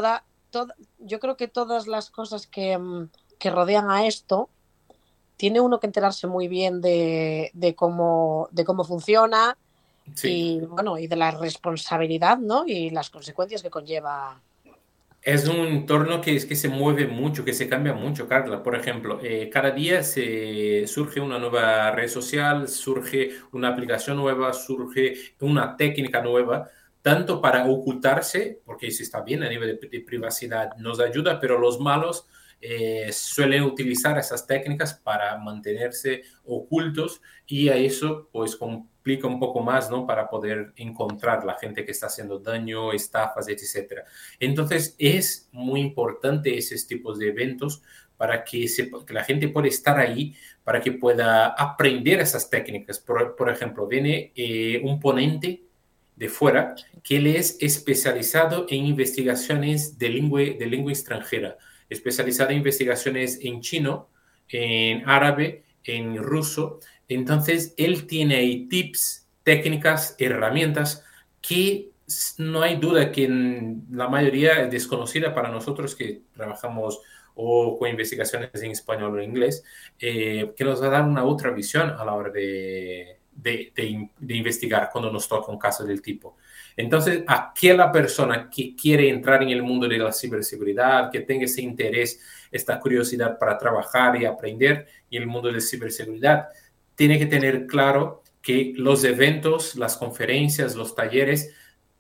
yo creo que todas las cosas que rodean a esto, tiene uno que enterarse muy bien de cómo funciona. Sí. Y bueno, y de la responsabilidad, ¿no? Y las consecuencias que conlleva. Es un entorno que se mueve mucho, que se cambia mucho, Carla. Por ejemplo, cada día surge una nueva red social, surge una aplicación nueva, surge una técnica nueva, tanto para ocultarse, porque eso está bien a nivel de privacidad, nos ayuda, pero los malos suelen utilizar esas técnicas para mantenerse ocultos y a eso pues complica un poco más, ¿no? Para poder encontrar la gente que está haciendo daño, estafas, etc. Entonces es muy importante esos tipos de eventos para que la gente pueda estar ahí, para que pueda aprender esas técnicas. Por ejemplo, viene un ponente de fuera que él es especializado en investigaciones de lengua extranjera, especializado en investigaciones en chino, en árabe, en ruso. Entonces, él tiene ahí tips, técnicas, herramientas que no hay duda que la mayoría es desconocida para nosotros que trabajamos o con investigaciones en español o en inglés, que nos va a dar una otra visión a la hora de investigar cuando nos toca un caso del tipo. Entonces, aquella persona que quiere entrar en el mundo de la ciberseguridad, que tenga ese interés, esta curiosidad para trabajar y aprender en el mundo de ciberseguridad, tiene que tener claro que los eventos, las conferencias, los talleres,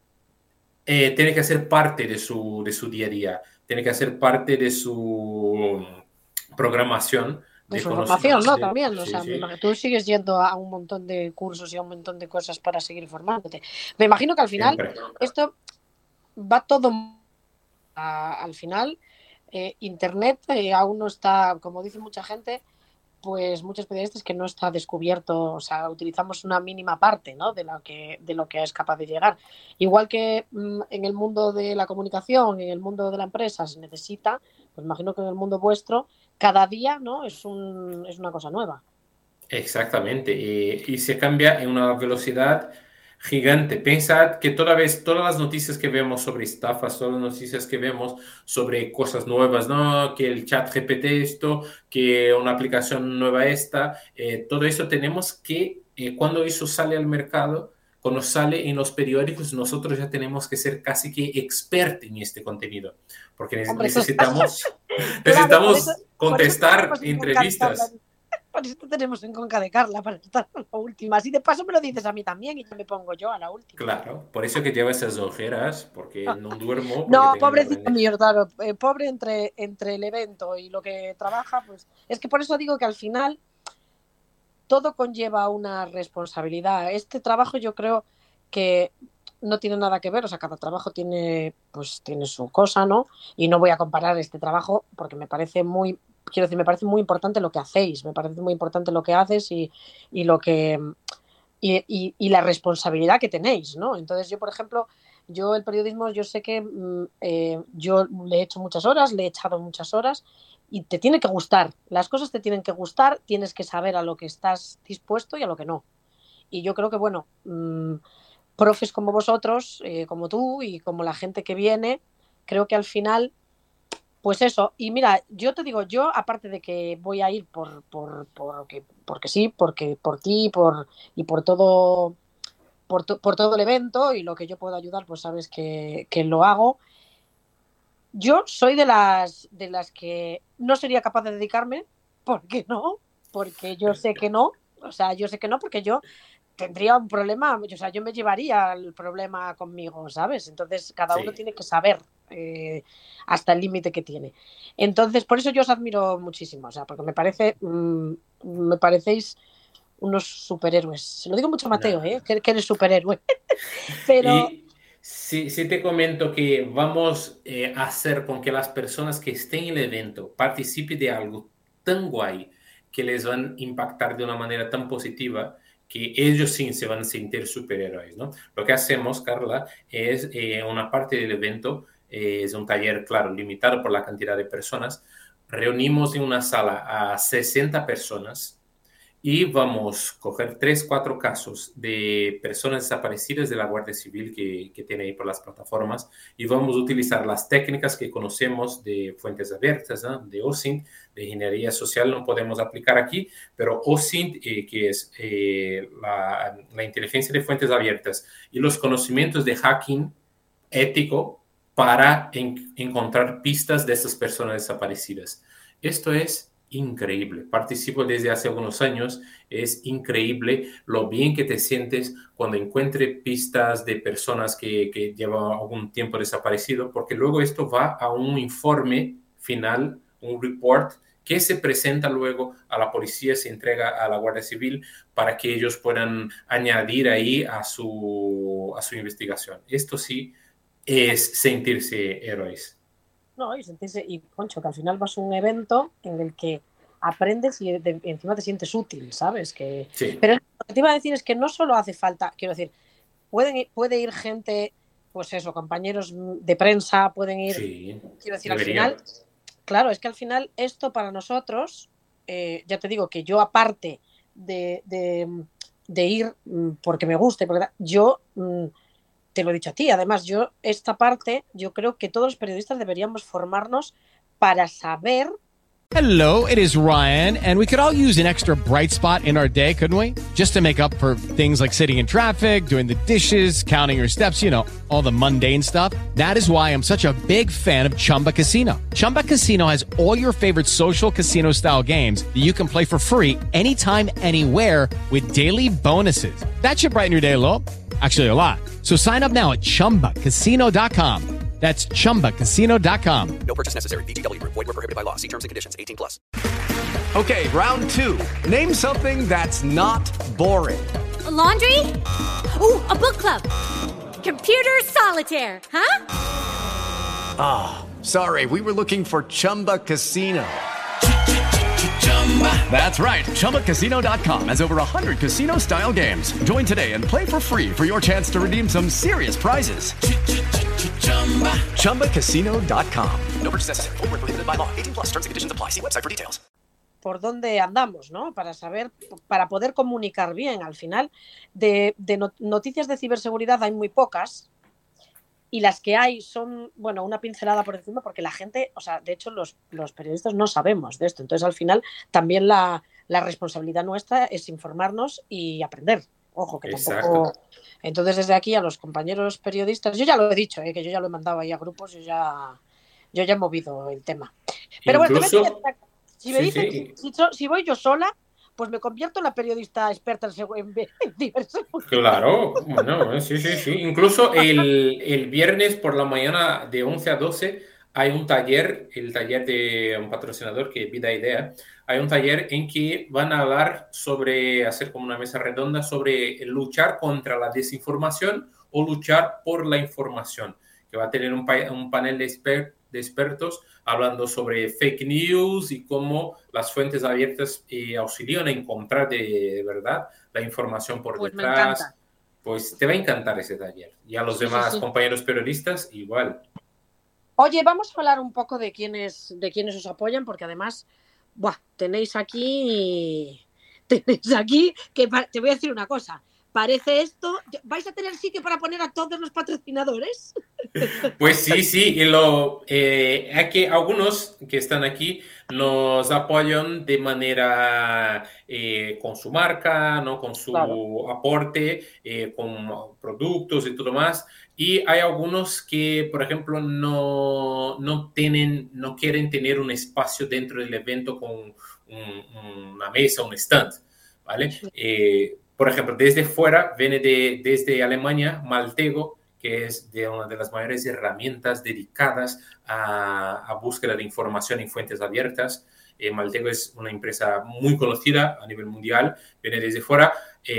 tienen que ser parte de su día a día, tiene que ser parte de su programación. De su formación, ¿no? También, o sea, sí. Tú sigues yendo a un montón de cursos y a un montón de cosas para seguir formándote. Me imagino que al final esto va todo al final. Internet aún no está, como dice mucha gente, pues muchos periodistas, que no está descubierto, o sea, utilizamos una mínima parte, ¿no? de lo que es capaz de llegar. Igual que en el mundo de la comunicación, en el mundo de la empresa se necesita, pues imagino que en el mundo vuestro cada día, ¿no? es una cosa nueva. Exactamente, y se cambia en una velocidad gigante. Pensad que todas las noticias que vemos sobre estafas, todas las noticias que vemos sobre cosas nuevas, ¿no? Que el chat GPT esto, que una aplicación nueva esta, todo eso tenemos que, cuando eso sale al mercado, cuando sale en los periódicos, nosotros ya tenemos que ser casi que expertos en este contenido, porque necesitamos contestar entrevistas. Por eso tenemos en Conca de Carla, para estar a la última. Así de paso me lo dices a mí también y ya me pongo yo a la última. Claro, por eso que lleva esas ojeras, porque no duermo. No, pobrecito mío, claro. Pobre entre el evento y lo que trabaja, pues es que por eso digo que al final todo conlleva una responsabilidad. Este trabajo yo creo que no tiene nada que ver, o sea, cada trabajo tiene su cosa, ¿no? Y no voy a comparar este trabajo porque me parece muy importante lo que hacéis, me parece muy importante lo que haces y lo que y la responsabilidad que tenéis, ¿no? Entonces yo, por ejemplo, el periodismo, yo sé que yo le he hecho muchas horas, le he echado muchas horas y te tiene que gustar, las cosas te tienen que gustar, tienes que saber a lo que estás dispuesto y a lo que no. Y yo creo que, bueno, profes como vosotros, como tú y como la gente que viene, creo que al final, pues eso. Y mira, yo te digo, yo aparte de que voy a ir porque sí, porque por ti y por todo por todo el evento, y lo que yo puedo ayudar, pues sabes que lo hago. Yo soy de las que no sería capaz de dedicarme, porque yo sé que no, porque yo tendría un problema, o sea, yo me llevaría el problema conmigo, ¿sabes? Entonces cada uno tiene que saber hasta el límite que tiene. Entonces, por eso yo os admiro muchísimo, o sea, porque me parecéis unos superhéroes. Se lo digo mucho a Mateo, que eres superhéroe. Pero... Y sí te comento que vamos a hacer con que las personas que estén en el evento participen de algo tan guay que les van a impactar de una manera tan positiva que ellos sí se van a sentir superhéroes, ¿no? Lo que hacemos, Carla, es una parte del evento, es un taller, claro, limitado por la cantidad de personas. Reunimos en una sala a 60 personas y vamos a coger 3-4 casos de personas desaparecidas de la Guardia Civil que tiene ahí por las plataformas, y vamos a utilizar las técnicas que conocemos de fuentes abiertas, ¿no? De OSINT, de ingeniería social no podemos aplicar aquí, pero OSINT, que es la inteligencia de fuentes abiertas y los conocimientos de hacking ético para encontrar pistas de estas personas desaparecidas. Esto es increíble. Participo desde hace algunos años. Es increíble lo bien que te sientes cuando encuentres pistas de personas que llevan algún tiempo desaparecido, porque luego esto va a un informe final, un report que se presenta luego a la policía, se entrega a la Guardia Civil para que ellos puedan añadir ahí a su investigación. Esto sí es sentirse héroes. No, y sentirse, y Poncho, que al final vas a un evento en el que aprendes y encima te sientes útil, ¿sabes? Sí. Pero lo que te iba a decir es que no solo hace falta, quiero decir, puede ir gente, pues eso, compañeros de prensa, pueden ir, quiero decir, debería. Al final, claro, es que al final esto para nosotros, ya te digo que yo aparte de ir porque me guste, porque yo... te lo he dicho a ti, además esta parte yo creo que todos los periodistas deberíamos formarnos para saber. Hello, it is Ryan, and we could all use an extra bright spot in our day, couldn't we? Just to make up for things like sitting in traffic, doing the dishes, counting your steps, all the mundane stuff. That is why I'm such a big fan of Chumba Casino. Chumba Casino has all your favorite social casino-style games that you can play for free anytime, anywhere with daily bonuses. That should brighten your day a little. Actually, a lot. So sign up now at ChumbaCasino.com. That's ChumbaCasino.com. No purchase necessary. VGW Group. Void where prohibited by law. See terms and conditions. 18+. Okay, round 2. Name something that's not boring. A laundry? Ooh, a book club. Computer solitaire, huh? Ah, sorry. We were looking for Chumba Casino. That's right. ChumbaCasino.com has over 100 casino-style games. Join today and play for free for your chance to redeem some serious prizes. ChumbaCasino.com. No purchase necessary. Void where prohibited by law. 18+. Terms and conditions apply. See website for details. Por dónde andamos, ¿no? Para saber, para poder comunicar bien. Al final, de noticias de ciberseguridad hay muy pocas. Y las que hay son, bueno, una pincelada por encima, porque la gente, o sea, de hecho los periodistas no sabemos de esto. Entonces, al final, también la responsabilidad nuestra es informarnos y aprender. Ojo, que tampoco... Entonces, desde aquí a los compañeros periodistas, yo ya lo he dicho, que yo ya lo he mandado ahí a grupos, yo ya he movido el tema. Pero incluso, bueno, si me dicen, si voy yo sola, pues me convierto en la periodista experta en ciberseguridad. Claro, bueno, sí. Incluso el viernes por la mañana de 11 a 12 hay un taller, el taller de un patrocinador que es Vida Idea. Hay un taller en que van a hablar sobre, hacer como una mesa redonda sobre luchar contra la desinformación o luchar por la información, que va a tener un panel de expertos hablando sobre fake news y cómo las fuentes abiertas auxilian a encontrar de verdad la información por detrás. Pues te va a encantar ese taller. Y a los demás compañeros periodistas igual. Oye, vamos a hablar un poco de quiénes os apoyan, porque además, tenéis aquí que te voy a decir una cosa. Parece esto, ¿vais a tener sitio para poner a todos los patrocinadores? Pues sí, y hay que algunos que están aquí nos apoyan de manera con su marca, ¿no? Con su aporte, con productos y todo más. Y hay algunos que, por ejemplo, no quieren tener un espacio dentro del evento con una mesa, un stand, ¿vale? Por ejemplo, desde fuera viene desde Alemania, Maltego, que es de una de las mayores herramientas dedicadas a búsqueda de información en fuentes abiertas. Maltego es una empresa muy conocida a nivel mundial, viene desde fuera.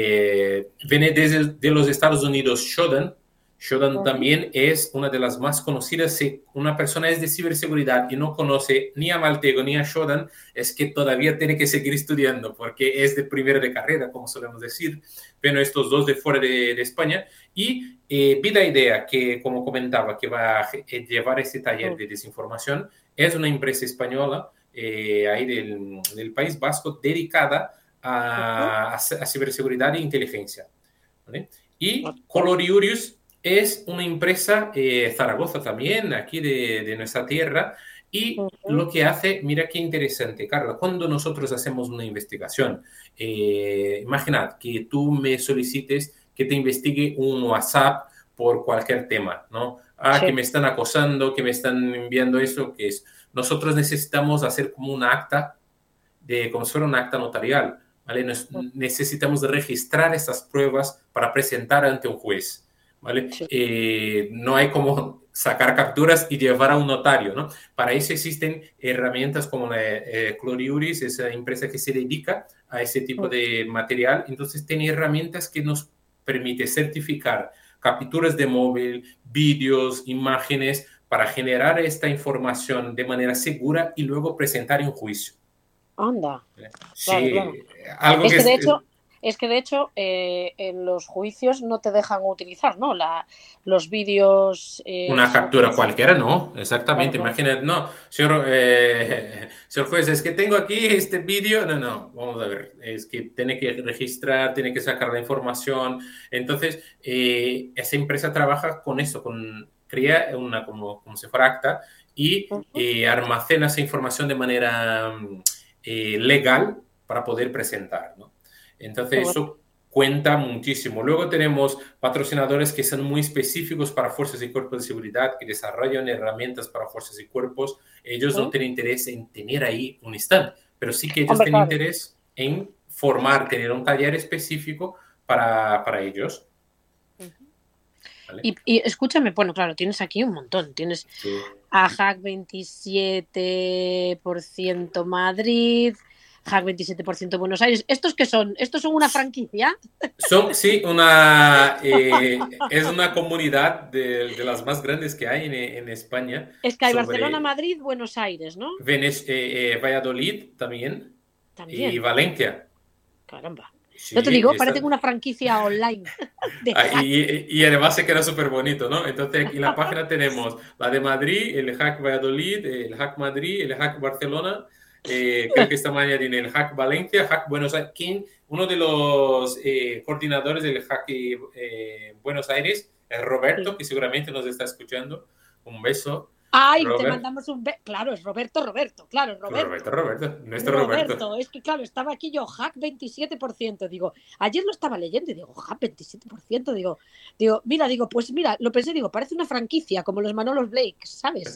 Viene de los Estados Unidos Shodan. Shodan también es una de las más conocidas. Si una persona es de ciberseguridad y no conoce ni a Maltego ni a Shodan, es que todavía tiene que seguir estudiando, porque es de primero de carrera, como solemos decir. Pero estos dos de fuera de España. Y Vida Idea, que como comentaba, que va a llevar este taller de desinformación, es una empresa española ahí del País Vasco dedicada a ciberseguridad e inteligencia, ¿vale? Y Coloriurius es una empresa, Zaragoza también, aquí de nuestra tierra, y lo que hace, mira qué interesante, Carla, cuando nosotros hacemos una investigación, imaginad que tú me solicites que te investigue un WhatsApp por cualquier tema, ¿no? Sí. Que me están acosando, que me están enviando eso, que es... Nosotros necesitamos hacer como un acta, como si fuera un acta notarial, ¿vale? Necesitamos registrar esas pruebas para presentar ante un juez, ¿vale? Sí. No hay como sacar capturas y llevar a un notario, ¿no? Para eso existen herramientas como la Coloriuris, esa empresa que se dedica a ese tipo de material. Entonces tiene herramientas que nos permite certificar capturas de móvil, vídeos, imágenes, para generar esta información de manera segura y luego presentar en juicio. Anda. Sí, claro. Algo Es que de hecho en los juicios no te dejan utilizar, ¿no? Los vídeos... Una captura cualquiera, no, exactamente. Claro. Imagínate, no, señor juez, es que tengo aquí este vídeo. No, vamos a ver, es que tiene que registrar, tiene que sacar la información. Entonces, esa empresa trabaja con eso, crea una como si fuera acta y almacena esa información de manera legal para poder presentar, ¿no? Entonces, eso cuenta muchísimo. Luego tenemos patrocinadores que son muy específicos para fuerzas y cuerpos de seguridad, que desarrollan herramientas para fuerzas y cuerpos. Ellos no tienen interés en tener ahí un stand, pero sí que ellos tienen interés en formar, tener un taller específico para ellos. ¿Vale? Y escúchame, bueno, claro, tienes aquí un montón. Tienes a Hack 27% Madrid... Hack 27% Buenos Aires. ¿Estos qué son? ¿Estos son una franquicia? Sí, es una comunidad de las más grandes que hay en España. Es que hay Barcelona, Madrid, Buenos Aires, ¿no? Valladolid también. Y Valencia. Caramba. Sí, no te digo, parece una franquicia online. Y además se queda súper bonito, ¿no? Entonces aquí en la página tenemos la de Madrid, el Hack Valladolid, el Hack Madrid, el Hack Barcelona. Creo que esta mañana tiene el Hack Valencia, Hack Buenos Aires. Uno de los coordinadores del Hack Buenos Aires es Roberto, que seguramente nos está escuchando. Un beso. Ay, Robert. Te mandamos un beso. Claro, es Roberto, claro, Roberto. Nuestro Roberto. Es que claro, estaba aquí yo, Hack 27%. Digo, ayer lo estaba leyendo y digo, Hack 27%. Digo, mira, pues mira, lo pensé, digo, parece una franquicia, como los Manolos Blake, ¿sabes?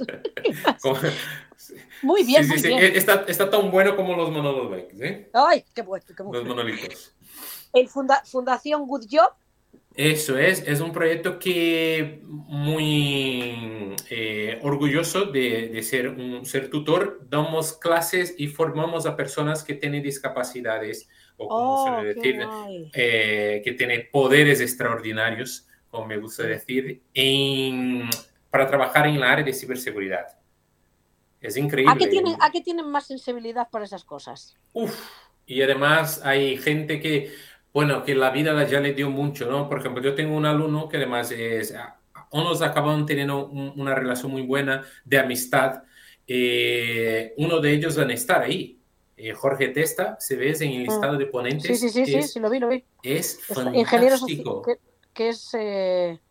Muy bien, muy bien. Está tan bueno como los Manolos Blake, ¿sí? Ay, qué bueno. Los monolitos. El Fundación Good Job. Eso es un proyecto que muy orgulloso de ser tutor. Damos clases y formamos a personas que tienen discapacidades o como se debe decir, que tienen poderes extraordinarios, como me gusta decir, para trabajar en la área de ciberseguridad. Es increíble. ¿A qué tienen más sensibilidad para esas cosas? Y además hay gente que la vida ya le dio mucho, ¿no? Por ejemplo, yo tengo un alumno que además unos acaban teniendo una relación muy buena de amistad. Uno de ellos van a estar ahí. Jorge Testa, se ve en el listado de ponentes. Sí, lo vi. Es fantástico. Ingeniero que es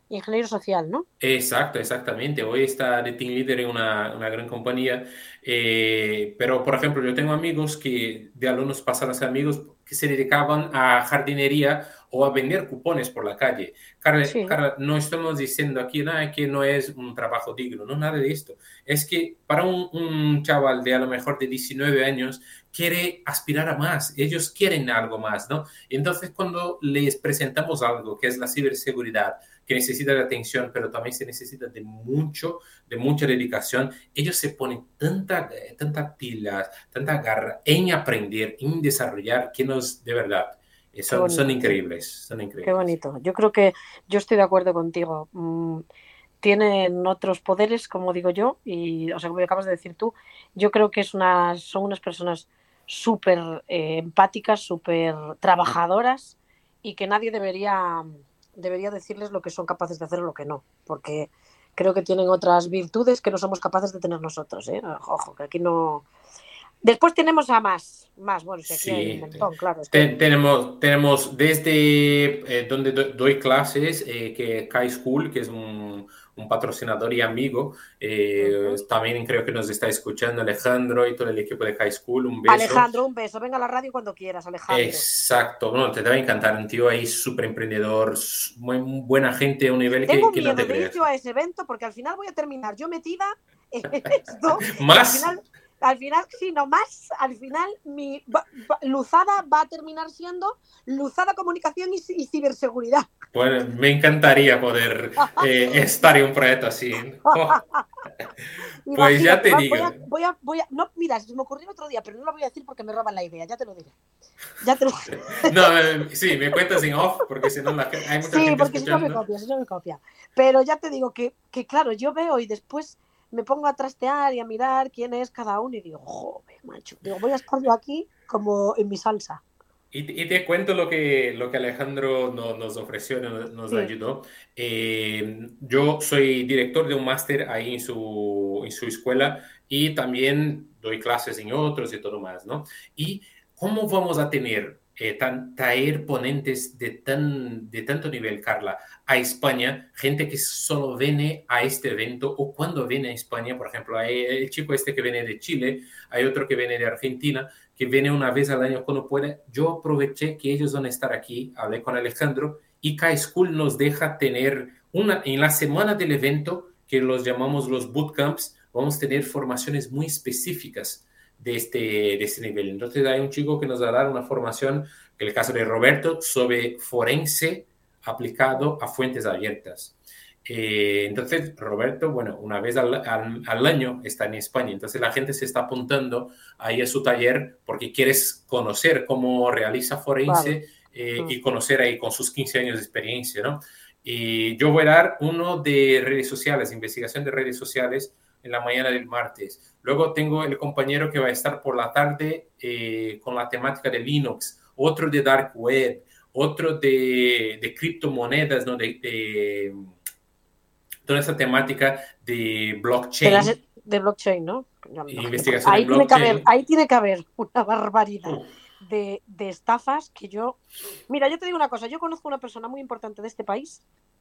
ingeniero social, ¿no? Exacto, exactamente. Hoy está de team leader en una gran compañía. Pero, por ejemplo, yo tengo amigos que, de alumnos pasados amigos, que se dedicaban a jardinería o a vender cupones por la calle. Carla, no estamos diciendo aquí nada que no es un trabajo digno, no, nada de esto. Es que para un chaval de a lo mejor de 19 años quiere aspirar a más, ellos quieren algo más, ¿no? Entonces, cuando les presentamos algo que es la ciberseguridad, que necesita de atención, pero también se necesita de mucha dedicación, ellos se ponen tanta pilas, tanta garra en aprender, en desarrollar, que de verdad, son increíbles, Qué bonito. Yo creo que yo estoy de acuerdo contigo. Tienen otros poderes, como digo yo, y, o sea, como acabas de decir tú, yo creo que son unas personas súper empáticas, súper trabajadoras, y que nadie debería decirles lo que son capaces de hacer o lo que no, porque creo que tienen otras virtudes que no somos capaces de tener nosotros, ¿eh? Ojo, que aquí no... Después tenemos a más, bueno, si aquí hay un montón, claro. Tenemos desde donde doy clases, que Kai School, que es un patrocinador y amigo, también creo que nos está escuchando Alejandro y todo el equipo de Kai School, un beso. Alejandro, un beso, venga a la radio cuando quieras, Alejandro. Exacto, bueno, te debe encantar, un tío ahí súper emprendedor, muy buena gente a un nivel Tengo que miedo no te de ir creas. yo a ese evento porque al final voy a terminar yo metida en esto. ¿Más? Al final, sí, no más. Al final, mi Luzada va a terminar siendo Luzada Comunicación y Ciberseguridad. Bueno, me encantaría poder estar en un proyecto así. Oh. Pues ya te digo. No, mira, se me ocurrió otro día, pero no lo voy a decir porque me roban la idea, ya te lo diré. No, sí, me cuentas en off, porque si no hay mucha gente porque escuchando. si no me copia. Pero ya te digo que claro, yo veo y después me pongo a trastear y a mirar quién es cada uno y digo, joder, macho, voy a estar yo aquí como en mi salsa. Y te cuento lo que Alejandro nos ofreció, nos ayudó. Yo soy director de un máster ahí en su escuela y también doy clases en otros y todo más, ¿no? Y ¿cómo vamos a traer ponentes de tanto nivel, Carla, a España, gente que solo viene a este evento o cuando viene a España? Por ejemplo, hay el chico que viene de Chile, hay otro que viene de Argentina, que viene una vez al año cuando puede. Yo aproveché que ellos van a estar aquí, hablé con Alejandro y Kai School nos deja tener en la semana del evento, que los llamamos los bootcamps, vamos a tener formaciones muy específicas de este nivel. Entonces hay un chico que nos va a dar una formación, en el caso de Roberto, sobre forense aplicado a fuentes abiertas. Entonces Roberto, bueno, una vez al año está en España, entonces la gente se está apuntando ahí a su taller porque quieres conocer cómo realiza forense, y conocer ahí con sus 15 años de experiencia, ¿no? Y yo voy a dar uno de redes sociales, investigación de redes sociales, en la mañana del martes. Luego tengo el compañero que va a estar por la tarde con la temática de Linux, otro de Dark Web, otro de criptomonedas, ¿no? De toda esa temática de blockchain. De blockchain, ¿no? Investigación de blockchain. Ahí tiene que haber una barbaridad de estafas que yo... Mira, yo te digo una cosa, yo conozco una persona muy importante de este país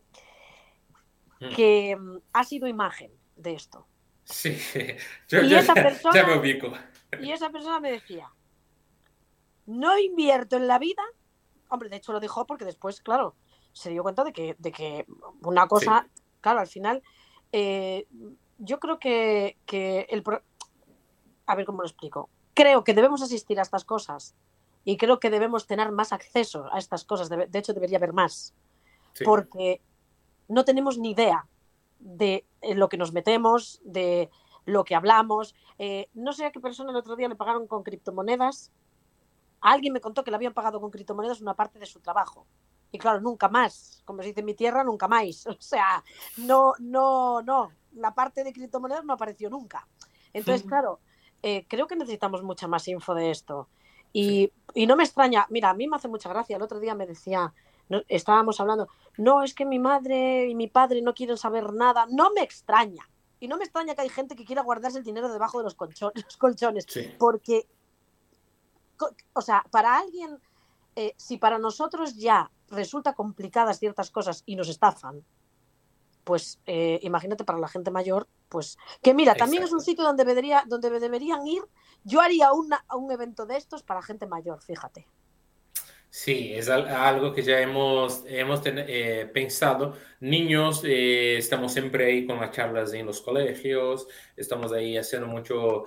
que ha sido imagen de esto. Sí, ya me ubico. Y esa persona me decía, no invierto en la vida. Hombre, de hecho lo dijo porque después, claro, se dio cuenta de que una cosa, claro, al final, yo creo que a ver cómo lo explico. Creo que debemos asistir a estas cosas y creo que debemos tener más acceso a estas cosas. De hecho, debería haber más. Sí. Porque no tenemos ni idea de lo que nos metemos, de lo que hablamos. No sé a qué persona el otro día le pagaron con criptomonedas. Alguien me contó que le habían pagado con criptomonedas una parte de su trabajo. Y claro, nunca más. Como se dice en mi tierra, nunca más. O sea, no. La parte de criptomonedas no apareció nunca. Entonces, claro, creo que necesitamos mucha más info de esto. Y no me extraña. Mira, a mí me hace mucha gracia. El otro día me decía... estábamos hablando, no, es que mi madre y mi padre no quieren saber nada. No me extraña. Y no me extraña que hay gente que quiera guardarse el dinero debajo de los colchones. Sí. Porque, o sea, para alguien, si para nosotros ya resulta complicadas ciertas cosas y nos estafan, pues imagínate para la gente mayor, pues que mira, también Exacto. es un sitio donde deberían ir. Yo haría un evento de estos para gente mayor, fíjate. Sí, es algo que ya hemos pensado. Niños, estamos siempre ahí con las charlas en los colegios, estamos ahí haciendo mucho,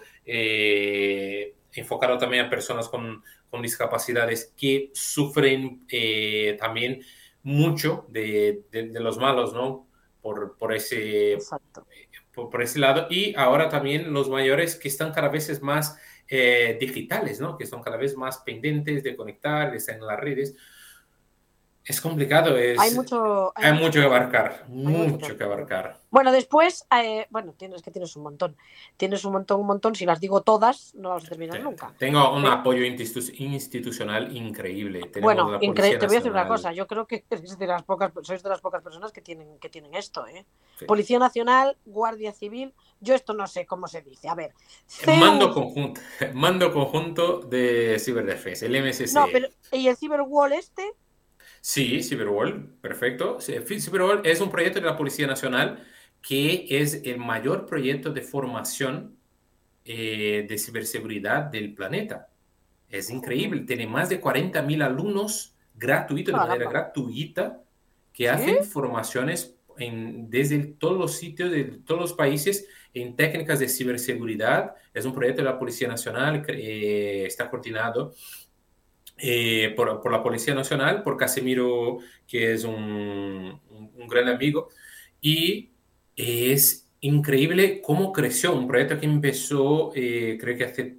enfocado también a personas con discapacidades que sufren también mucho de los malos, ¿no? Por ese lado. Y ahora también los mayores que están cada vez más digitales, ¿no? Que son cada vez más pendientes de conectar, de estar en las redes. Es complicado, Hay mucho que abarcar, mucho que abarcar. Bueno, después, tienes un montón. Tienes un montón. Si las digo todas, no vas a terminar nunca. Tengo un apoyo institucional increíble. Tenemos Bueno, la Policía increíble. Te voy a decir una Nacional. cosa. Yo creo que sois de las pocas personas que tienen esto, ¿eh? Sí. Policía Nacional, Guardia Civil. Yo esto no sé cómo se dice. A ver. Mando conjunto de ciberdefensa, el MSC. No, pero ¿y el Cyberwall este? Sí, Cyberwall, perfecto. Sí, Cyberwall es un proyecto de la Policía Nacional que es el mayor proyecto de formación de ciberseguridad del planeta. Es increíble, tiene más de 40.000 alumnos gratuitos, de manera gratuita, que hacen formaciones desde todos los sitios, de todos los países, en técnicas de ciberseguridad. Es un proyecto de la Policía Nacional, está coordinado por la Policía Nacional, por Casemiro, que es un gran amigo, y es increíble cómo creció un proyecto que empezó, creo que hace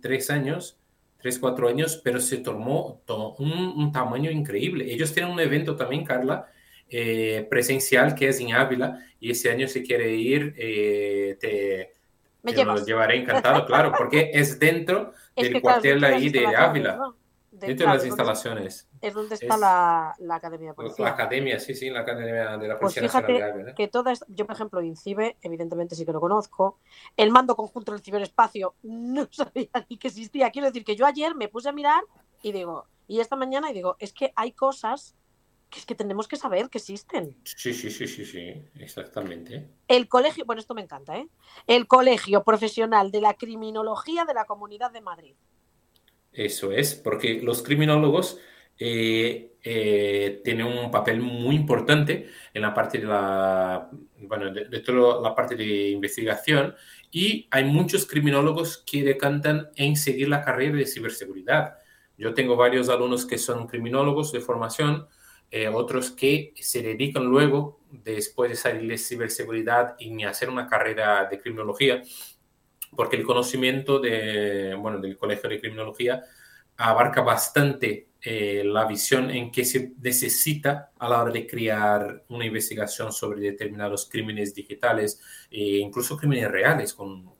4 años, pero se tomó un tamaño increíble. Ellos tienen un evento también, Carla, presencial, que es en Ávila, y ese año si quiere ir, te lo llevaré encantado, claro, porque es dentro del cuartel ahí de Ávila. ¿no? Dentro de las instalaciones. Es donde está la Academia de Policía. La Academia, sí, la Academia de la Pues Policía Nacional de fíjate Ávila. que yo, por ejemplo, INCIBE, evidentemente sí que lo conozco. El mando conjunto del ciberespacio no sabía ni que existía. Quiero decir que yo ayer me puse a mirar y esta mañana digo, es que hay cosas que es que tenemos que saber que existen. Sí, exactamente. El colegio, bueno, esto me encanta, ¿eh? El Colegio Profesional de la Criminología de la Comunidad de Madrid. Eso es, porque los criminólogos tienen un papel muy importante en la parte de toda la parte de investigación, y hay muchos criminólogos que decantan en seguir la carrera de ciberseguridad. Yo tengo varios alumnos que son criminólogos de formación, otros que se dedican luego, después de salir de ciberseguridad, y hacer una carrera de criminología, porque el conocimiento del Colegio de Criminología abarca bastante la visión en que se necesita a la hora de crear una investigación sobre determinados crímenes digitales e incluso crímenes reales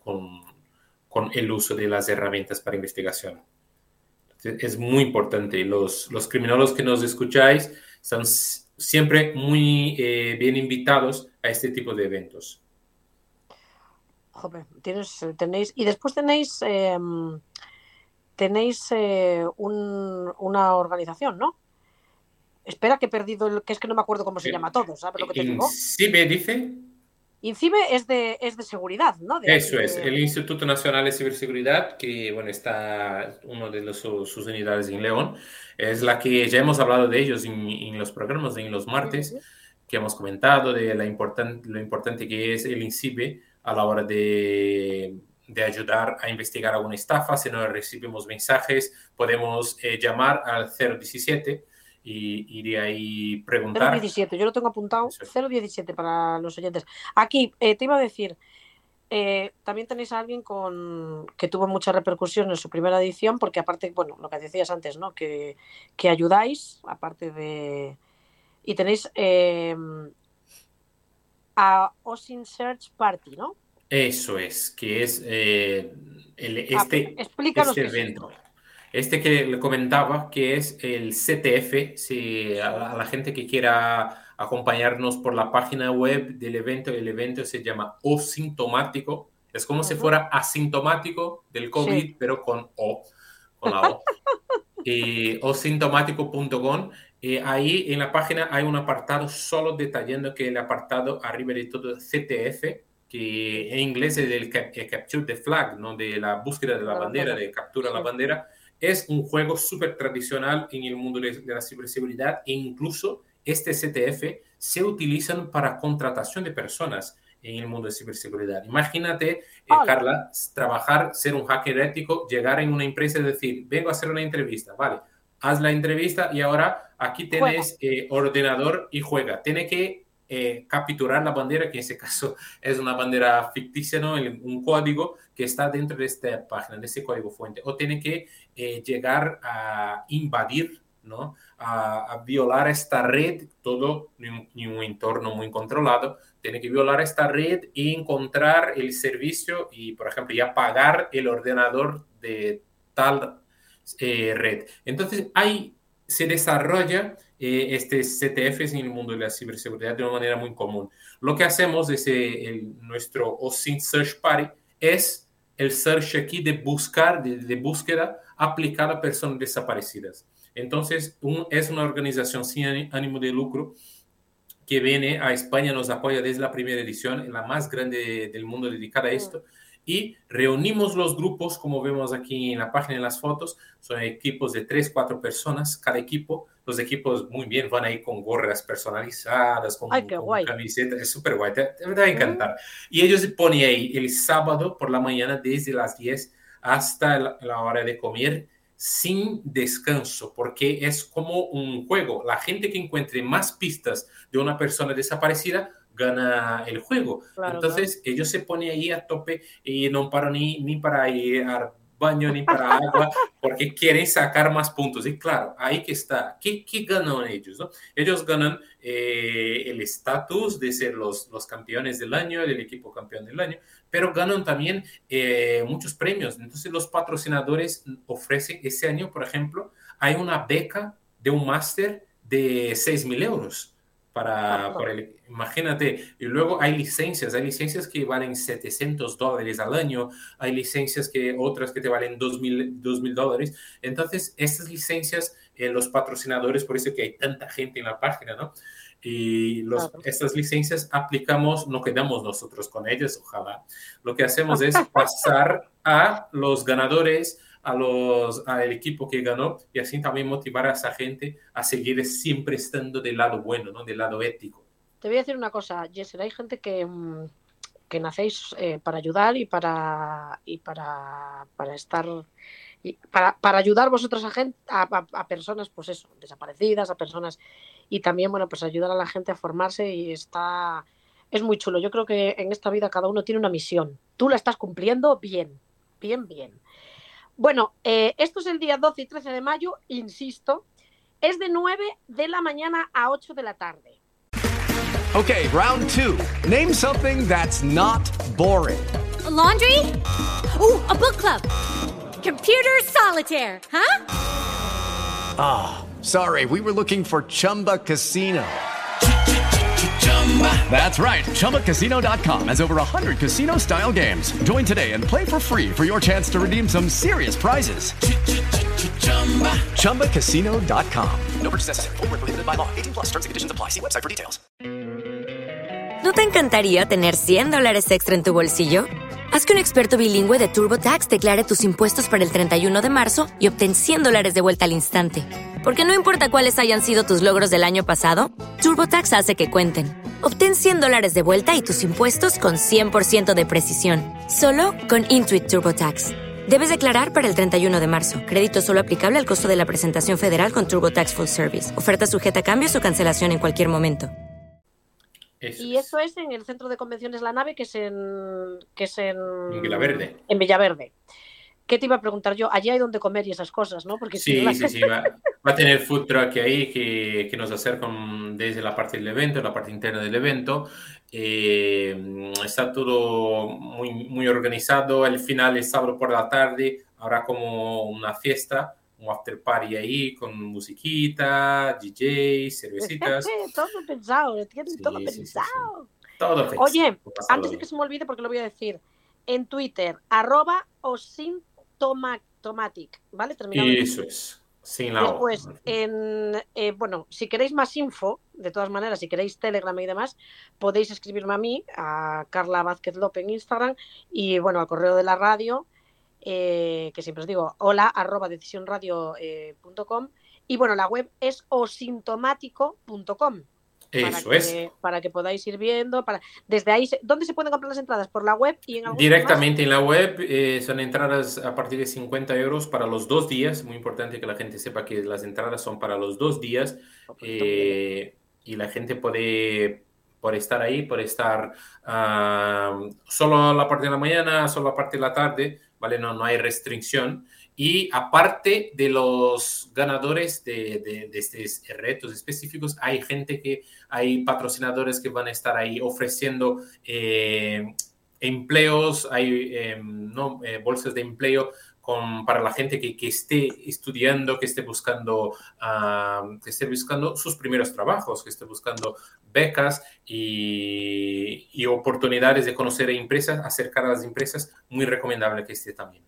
con el uso de las herramientas para investigación. Es muy importante. Los criminólogos que nos escucháis están siempre muy bien invitados a este tipo de eventos. Joder, tenéis y después tenéis una organización, ¿no? Espera, que he perdido que es que no me acuerdo cómo se llama todo, ¿sabes lo que te digo? INCIBE, dice. INCIBE es de seguridad, ¿no? Eso es, el Instituto Nacional de Ciberseguridad, que está uno de sus unidades en León, es la que ya hemos hablado de ellos en los programas, en los martes, que hemos comentado de lo importante que es el INCIBE a la hora de ayudar a investigar alguna estafa. Si no recibimos mensajes, podemos llamar al 017 y de ahí preguntar. 017, yo lo tengo apuntado, 017 para los oyentes. Aquí, te iba a decir, también tenéis a alguien que tuvo mucha repercusión en su primera edición, porque aparte, bueno, lo que decías antes, ¿no? Que ayudáis, aparte de... Y tenéis a OSINT Search Party, ¿no? Eso es, que es explícanos este evento. Este que le comentaba, que es el CTF, a la gente que quiera acompañarnos por la página web del evento, el evento se llama Osintomático. Es como si fuera asintomático del COVID, pero con la O. Osintomático.com, ahí en la página hay un apartado solo detallando que el apartado arriba de todo CTF, que en inglés es el Capture the Flag, ¿no? De la búsqueda de la bandera, de captura la bandera, es un juego súper tradicional en el mundo de la ciberseguridad e incluso este CTF se utilizan para contratación de personas en el mundo de ciberseguridad. Imagínate, Carla, trabajar, ser un hacker ético, llegar en una empresa y decir, vengo a hacer una entrevista, vale, haz la entrevista y ahora aquí tienes ordenador y juega. Tiene que capturar la bandera, que en este caso es una bandera ficticia, ¿no? Un código que está dentro de esta página, de ese código fuente. O tiene que llegar a invadir, ¿no? A violar esta red, todo en un entorno muy controlado. Tiene que violar esta red y encontrar el servicio y, por ejemplo, ya pagar el ordenador de tal red. Entonces, ahí se desarrolla este CTF en el mundo de la ciberseguridad de una manera muy común. Lo que hacemos desde nuestro OSINT Search Party es el search aquí de buscar, de búsqueda aplicada a personas desaparecidas. Entonces, es una organización sin ánimo de lucro que viene a España, nos apoya desde la primera edición, la más grande del mundo dedicada a esto. Y reunimos los grupos, como vemos aquí en la página, en las fotos, son equipos de 3-4 personas, cada equipo. Los equipos muy bien, van ahí con gorras personalizadas, con camisetas, es súper guay, te va a encantar. Y ellos se ponen ahí el sábado por la mañana desde las 10 hasta la hora de comer, sin descanso, porque es como un juego. La gente que encuentre más pistas de una persona desaparecida gana el juego. Claro, entonces, ellos se ponen ahí a tope y no paran ni para ir al baño ni para agua, porque quieren sacar más puntos. Y claro, ahí que está. ¿Qué ganan ellos, no? Ellos ganan el estatus de ser los campeones del año, el equipo campeón del año, pero ganan también muchos premios. Entonces, los patrocinadores ofrecen, ese año, por ejemplo, hay una beca de un máster de 6.000 euros. Imagínate, y luego hay licencias que valen $700 al año, hay licencias otras que te valen $2.000. Entonces, estas licencias, los patrocinadores, por eso que hay tanta gente en la página, ¿no? Y estas licencias aplicamos, no quedamos nosotros con ellas, ojalá. Lo que hacemos es pasar a los ganadores, al equipo que ganó, y así también motivar a esa gente a seguir siempre estando del lado bueno, ¿no? Del lado ético. Te voy a decir una cosa, Jesser, hay gente que nacéis para ayudar y para estar para ayudar vosotros a personas, pues eso, desaparecidas, a personas, y también, bueno, pues ayudar a la gente a formarse, y es muy chulo. Yo creo que en esta vida cada uno tiene una misión. Tú la estás cumpliendo bien. Bueno, esto es el día 12 y 13 de mayo, insisto, es de 9 de la mañana a 8 de la tarde. Okay, round 2. Name something that's not boring. A laundry? Ooh, a book club. Computer solitaire, huh? Ah, sorry, we were looking for Chumba Casino. That's right. ChumbaCasino.com has over 100 casino-style games. Join today and play for free for your chance to redeem some serious prizes. ChumbaCasino.com. No purchase necessary. Void where prohibited by law. 18+ terms and conditions apply. See website for details. ¿No te encantaría tener $100 extra en tu bolsillo? Haz que un experto bilingüe de TurboTax declare tus impuestos para el 31 de marzo y obtén $100 de vuelta al instante. Porque no importa cuáles hayan sido tus logros del año pasado, TurboTax hace que cuenten. Obtén $100 de vuelta y tus impuestos con 100% de precisión. Solo con Intuit TurboTax. Debes declarar para el 31 de marzo. Crédito solo aplicable al costo de la presentación federal con TurboTax Full Service. Oferta sujeta a cambios o cancelación en cualquier momento. Y eso es en el Centro de Convenciones La Nave, que es en Villaverde. En Villaverde. ¿Qué te iba a preguntar yo? Allí hay donde comer y esas cosas, ¿no? Porque sí. Va a tener food truck ahí que nos acercan desde la parte del evento, la parte interna del evento. Está todo muy, muy organizado. El final es sábado por la tarde. Habrá como una fiesta, un after party ahí con musiquita, DJ, cervecitas. Todo pensado, ¿entiendes? Todo pensado. Sí. Todo pensado. Oye, antes de que se me olvide, porque lo voy a decir, en Twitter, @osintomatic, ¿vale? Terminado. Eso es. Sin la O. Después, bueno, si queréis más info, de todas maneras, si queréis Telegram y demás, podéis escribirme a mí, a Carla Vázquez López en Instagram, y bueno, al correo de la radio, que siempre os digo, hola@decisionradio.com, y bueno, la web es osintomático.com. Para que podáis ir viendo. Desde ahí, ¿dónde se pueden comprar las entradas? ¿Por la web? Y en Directamente en la web. Son entradas a partir de 50 euros para los 2 días. Muy importante que la gente sepa que las entradas son para los 2 días. Y la gente puede estar ahí, puede estar solo a la parte de la mañana, solo a la parte de la tarde, ¿vale? No hay restricción. Y aparte de los ganadores de estos retos específicos, hay patrocinadores que van a estar ahí ofreciendo empleos, hay bolsas de empleo para la gente que esté estudiando, que esté buscando sus primeros trabajos, que esté buscando becas y oportunidades de conocer empresas, acercar a las empresas. Muy recomendable que esté también.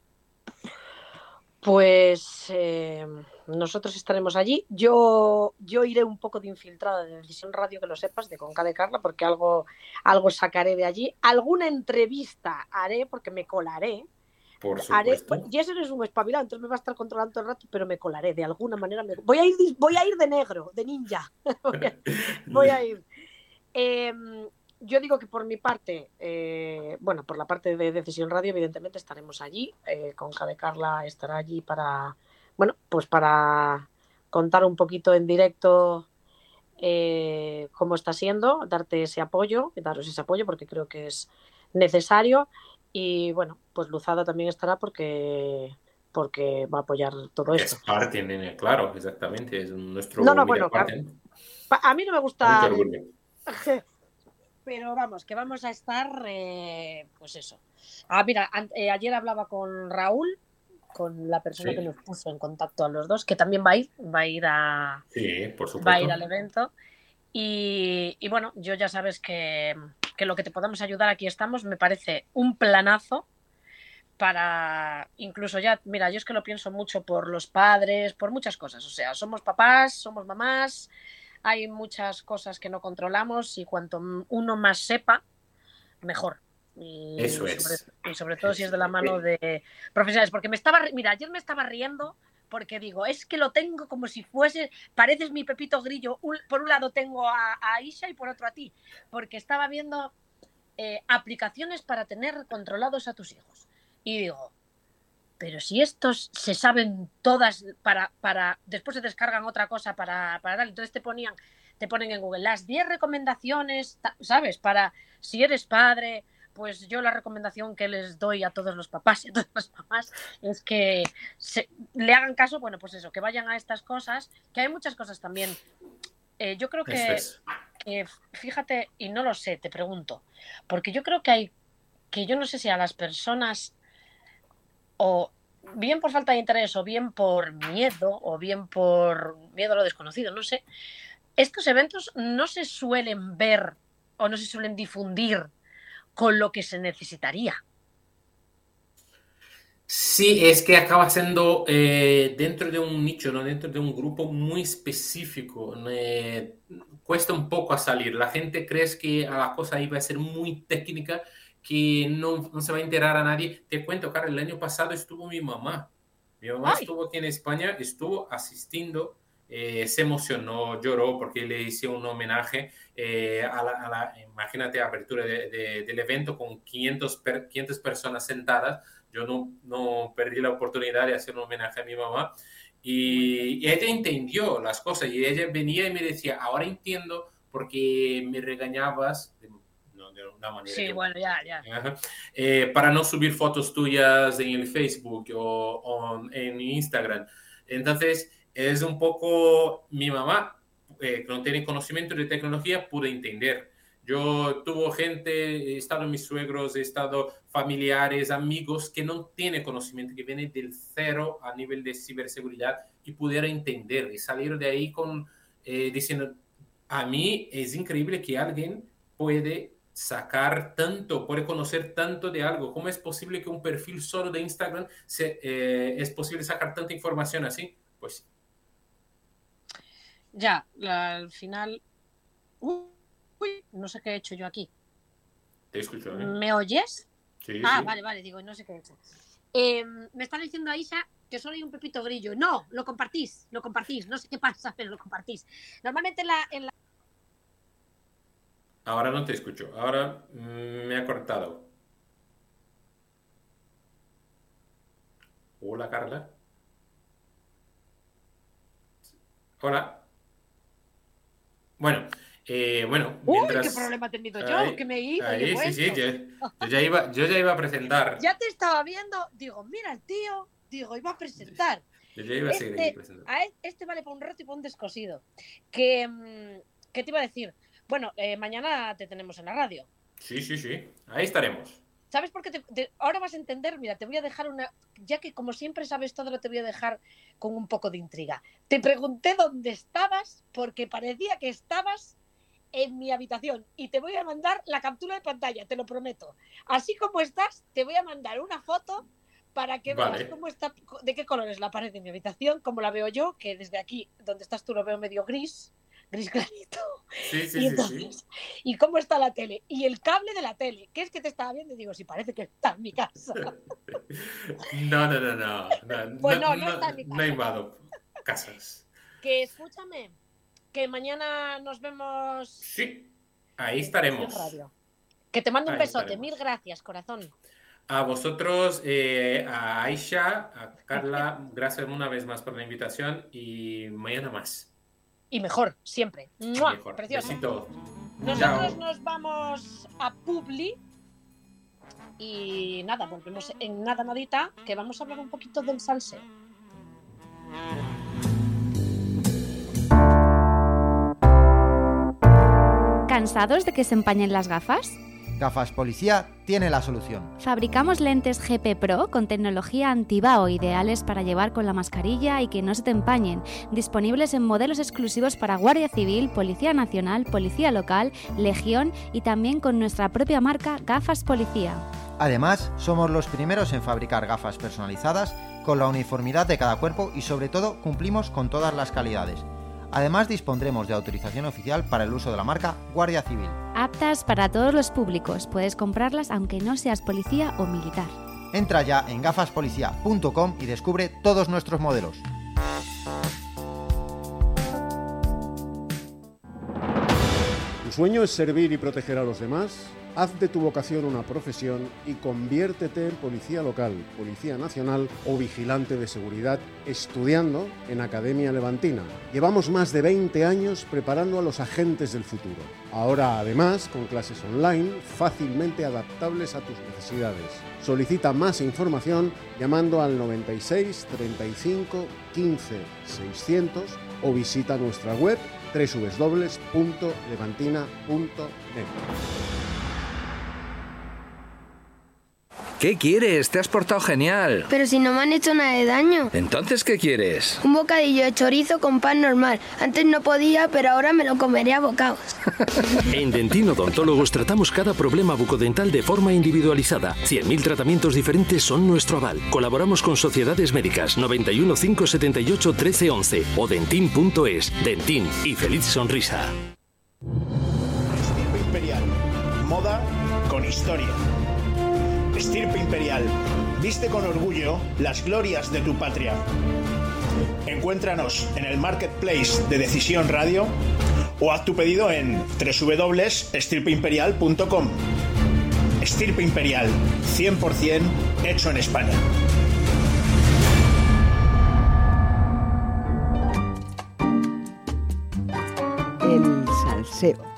Pues nosotros estaremos allí. Yo iré un poco de infiltrada de Decisión Radio, que lo sepas, de Conca de Carla, porque algo sacaré de allí. Alguna entrevista haré, porque me colaré. Por supuesto. Jason es un espabilado, entonces me va a estar controlando todo el rato, pero me colaré de alguna manera. Voy a ir de negro, de ninja. voy a ir. Yo digo que por mi parte, por la parte de Decisión Radio, evidentemente estaremos allí. Conca de Carla estará allí para contar un poquito en directo cómo está siendo, daros ese apoyo, porque creo que es necesario. Y bueno, pues Luzada también estará porque va a apoyar todo esto. Es parte, claro, exactamente, es nuestro... parte. A mí no me gusta... Pero vamos, que vamos a estar, pues eso. Mira, ayer hablaba con Raúl, con la persona que nos puso en contacto a los dos, que también va a ir sí, por supuesto. Va a ir al evento. Y bueno, yo ya sabes que lo que te podamos ayudar, aquí estamos. Me parece un planazo para incluso ya, mira, yo es que lo pienso mucho por los padres, por muchas cosas. O sea, somos papás, somos mamás. Hay muchas cosas que no controlamos y cuanto uno más sepa, mejor. Y sobre todo si es de la mano de profesionales. Porque ayer me estaba riendo porque digo, es que lo tengo como si fuese, pareces mi Pepito Grillo. Por un lado tengo a Aisha y por otro a ti. Porque estaba viendo aplicaciones para tener controlados a tus hijos. Y digo, pero si estos se saben todas para después se descargan otra cosa para dar, entonces te ponen en Google las 10 recomendaciones, ¿sabes? Para si eres padre, pues yo la recomendación que les doy a todos los papás y a todas las mamás es que le hagan caso, bueno, pues eso, que vayan a estas cosas, que hay muchas cosas también. Yo creo que fíjate, y no lo sé, te pregunto, porque yo creo que yo no sé si a las personas, o bien por falta de interés, o bien por miedo, o bien por miedo a lo desconocido, no sé, estos eventos no se suelen ver o no se suelen difundir con lo que se necesitaría. Sí, es que acaba siendo dentro de un nicho, ¿no? Dentro de un grupo muy específico. Cuesta un poco a salir. La gente cree que la cosa ahí va a ser muy técnica, que no se va a enterar a nadie. Te cuento, Carla, el año pasado estuvo mi mamá. Mi mamá estuvo aquí en España, estuvo asistiendo, se emocionó, lloró porque le hice un homenaje imagínate, apertura del evento con 500 personas sentadas. Yo no perdí la oportunidad de hacer un homenaje a mi mamá. Y ella entendió las cosas y ella venía y me decía, ahora entiendo por qué me regañabas de una manera. Sí, bueno, ya. Para no subir fotos tuyas en el Facebook o en Instagram. Entonces, es un poco mi mamá, que no tiene conocimiento de tecnología, pude entender. Yo tuve gente, he estado en mis suegros, he estado familiares, amigos que no tienen conocimiento, que vienen del cero a nivel de ciberseguridad y pudieron entender y salir de ahí diciendo, a mí es increíble que alguien puede puede conocer tanto de algo. ¿Cómo es posible que un perfil solo de Instagram es posible sacar tanta información así? Pues sí. Ya, al final... Uy, no sé qué he hecho yo aquí. Te escucho, ¿eh? ¿Me oyes? Sí, Ah, sí. vale, digo, no sé qué he hecho. Me está diciendo Aisha que solo hay un Pepito Grillo. No, lo compartís. No sé qué pasa, pero lo compartís. Normalmente en la... Ahora no te escucho. Ahora me ha cortado. Hola, Carla. Hola. Bueno, mientras... Uy, qué problema he tenido yo, que me he ido. Sí, yo ya iba a presentar. Ya te estaba viendo, digo, mira el tío, iba a presentar. Yo ya iba a seguir presentando. Este vale para un roto y para un descosido. ¿Qué te iba a decir? Bueno, mañana te tenemos en la radio. Sí, ahí estaremos. ¿Sabes por qué? Ahora vas a entender, mira, te voy a dejar ya que como siempre sabes todo, te voy a dejar con un poco de intriga. Te pregunté dónde estabas porque parecía que estabas en mi habitación y te voy a mandar la captura de pantalla, te lo prometo. Así como estás, te voy a mandar una foto para que veas cómo está, de qué color es la pared de mi habitación, como la veo yo, que desde aquí, donde estás tú, lo veo medio gris clarito. Sí. Y cómo está la tele. Y el cable de la tele, que es que te estaba viendo y digo, si parece que está en mi casa. No. Pues no está en mi casa. No invado casas. Que escúchame, que mañana nos vemos. Sí, ahí estaremos. Que te mando un besote. Mil gracias, corazón. A vosotros, a Aisha, a Carla, gracias una vez más por la invitación y mañana más. Y mejor, siempre. Mejor. Precioso. Besito. Nosotros nos vamos a Publi y nada, volvemos en nadita, que vamos a hablar un poquito del salseo. ¿Cansados de que se empañen las gafas? Gafas Policía tiene la solución. Fabricamos lentes GP Pro con tecnología antibao ideales para llevar con la mascarilla y que no se te empañen. Disponibles en modelos exclusivos para Guardia Civil, Policía Nacional, Policía Local, Legión y también con nuestra propia marca Gafas Policía. Además, somos los primeros en fabricar gafas personalizadas con la uniformidad de cada cuerpo y sobre todo cumplimos con todas las calidades. Además, dispondremos de autorización oficial para el uso de la marca Guardia Civil. Aptas para todos los públicos. Puedes comprarlas aunque no seas policía o militar. Entra ya en gafaspolicia.com y descubre todos nuestros modelos. ¿Tu sueño es servir y proteger a los demás? Haz de tu vocación una profesión y conviértete en policía local, policía nacional o vigilante de seguridad estudiando en Academia Levantina. Llevamos más de 20 años preparando a los agentes del futuro. Ahora, además, con clases online fácilmente adaptables a tus necesidades. Solicita más información llamando al 96 35 15 600 o visita nuestra web www.levantina.net. ¿Qué quieres? Te has portado genial. Pero si no me han hecho nada de daño. ¿Entonces qué quieres? Un bocadillo de chorizo con pan normal. Antes no podía, pero ahora me lo comeré a bocados. En Dentin Odontólogos tratamos cada problema bucodental de forma individualizada. 100.000 tratamientos diferentes son nuestro aval. Colaboramos con sociedades médicas 91 578 1311 o dentin.es. Dentin y feliz sonrisa. Estirpe Imperial. Moda con historia. Estirpe Imperial. Viste con orgullo las glorias de tu patria. Encuéntranos en el marketplace de Decisión Radio o haz tu pedido en www.estirpeimperial.com. Estirpe Imperial, 100% hecho en España. El salseo.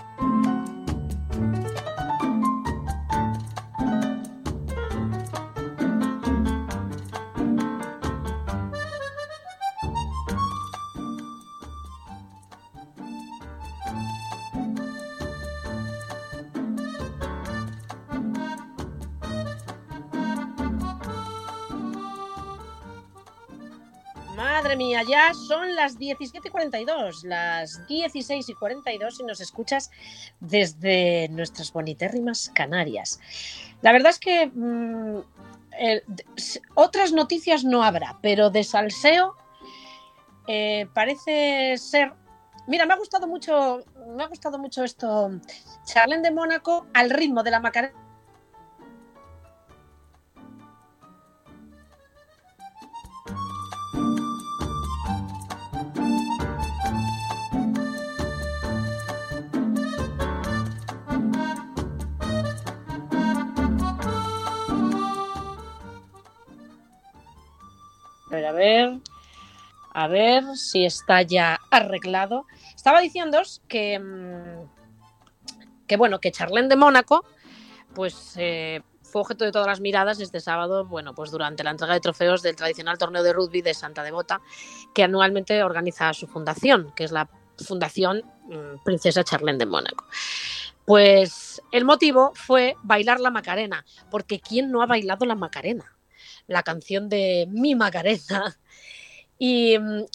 Madre mía, ya son las 17:42, las 16:42 y nos escuchas desde nuestras bonitérrimas Canarias. La verdad es que otras noticias no habrá, pero de salseo parece ser... Mira, me ha gustado mucho esto. Charlene de Mónaco al ritmo de la Macarena. A ver si está ya arreglado. Estaba diciéndoos que Charlene de Mónaco pues fue objeto de todas las miradas este sábado, bueno, pues durante la entrega de trofeos del tradicional torneo de rugby de Santa Devota, que anualmente organiza su fundación, que es la Fundación Princesa Charlene de Mónaco. Pues el motivo fue bailar la Macarena, porque ¿quién no ha bailado la Macarena? La canción de Mi Macarena. Y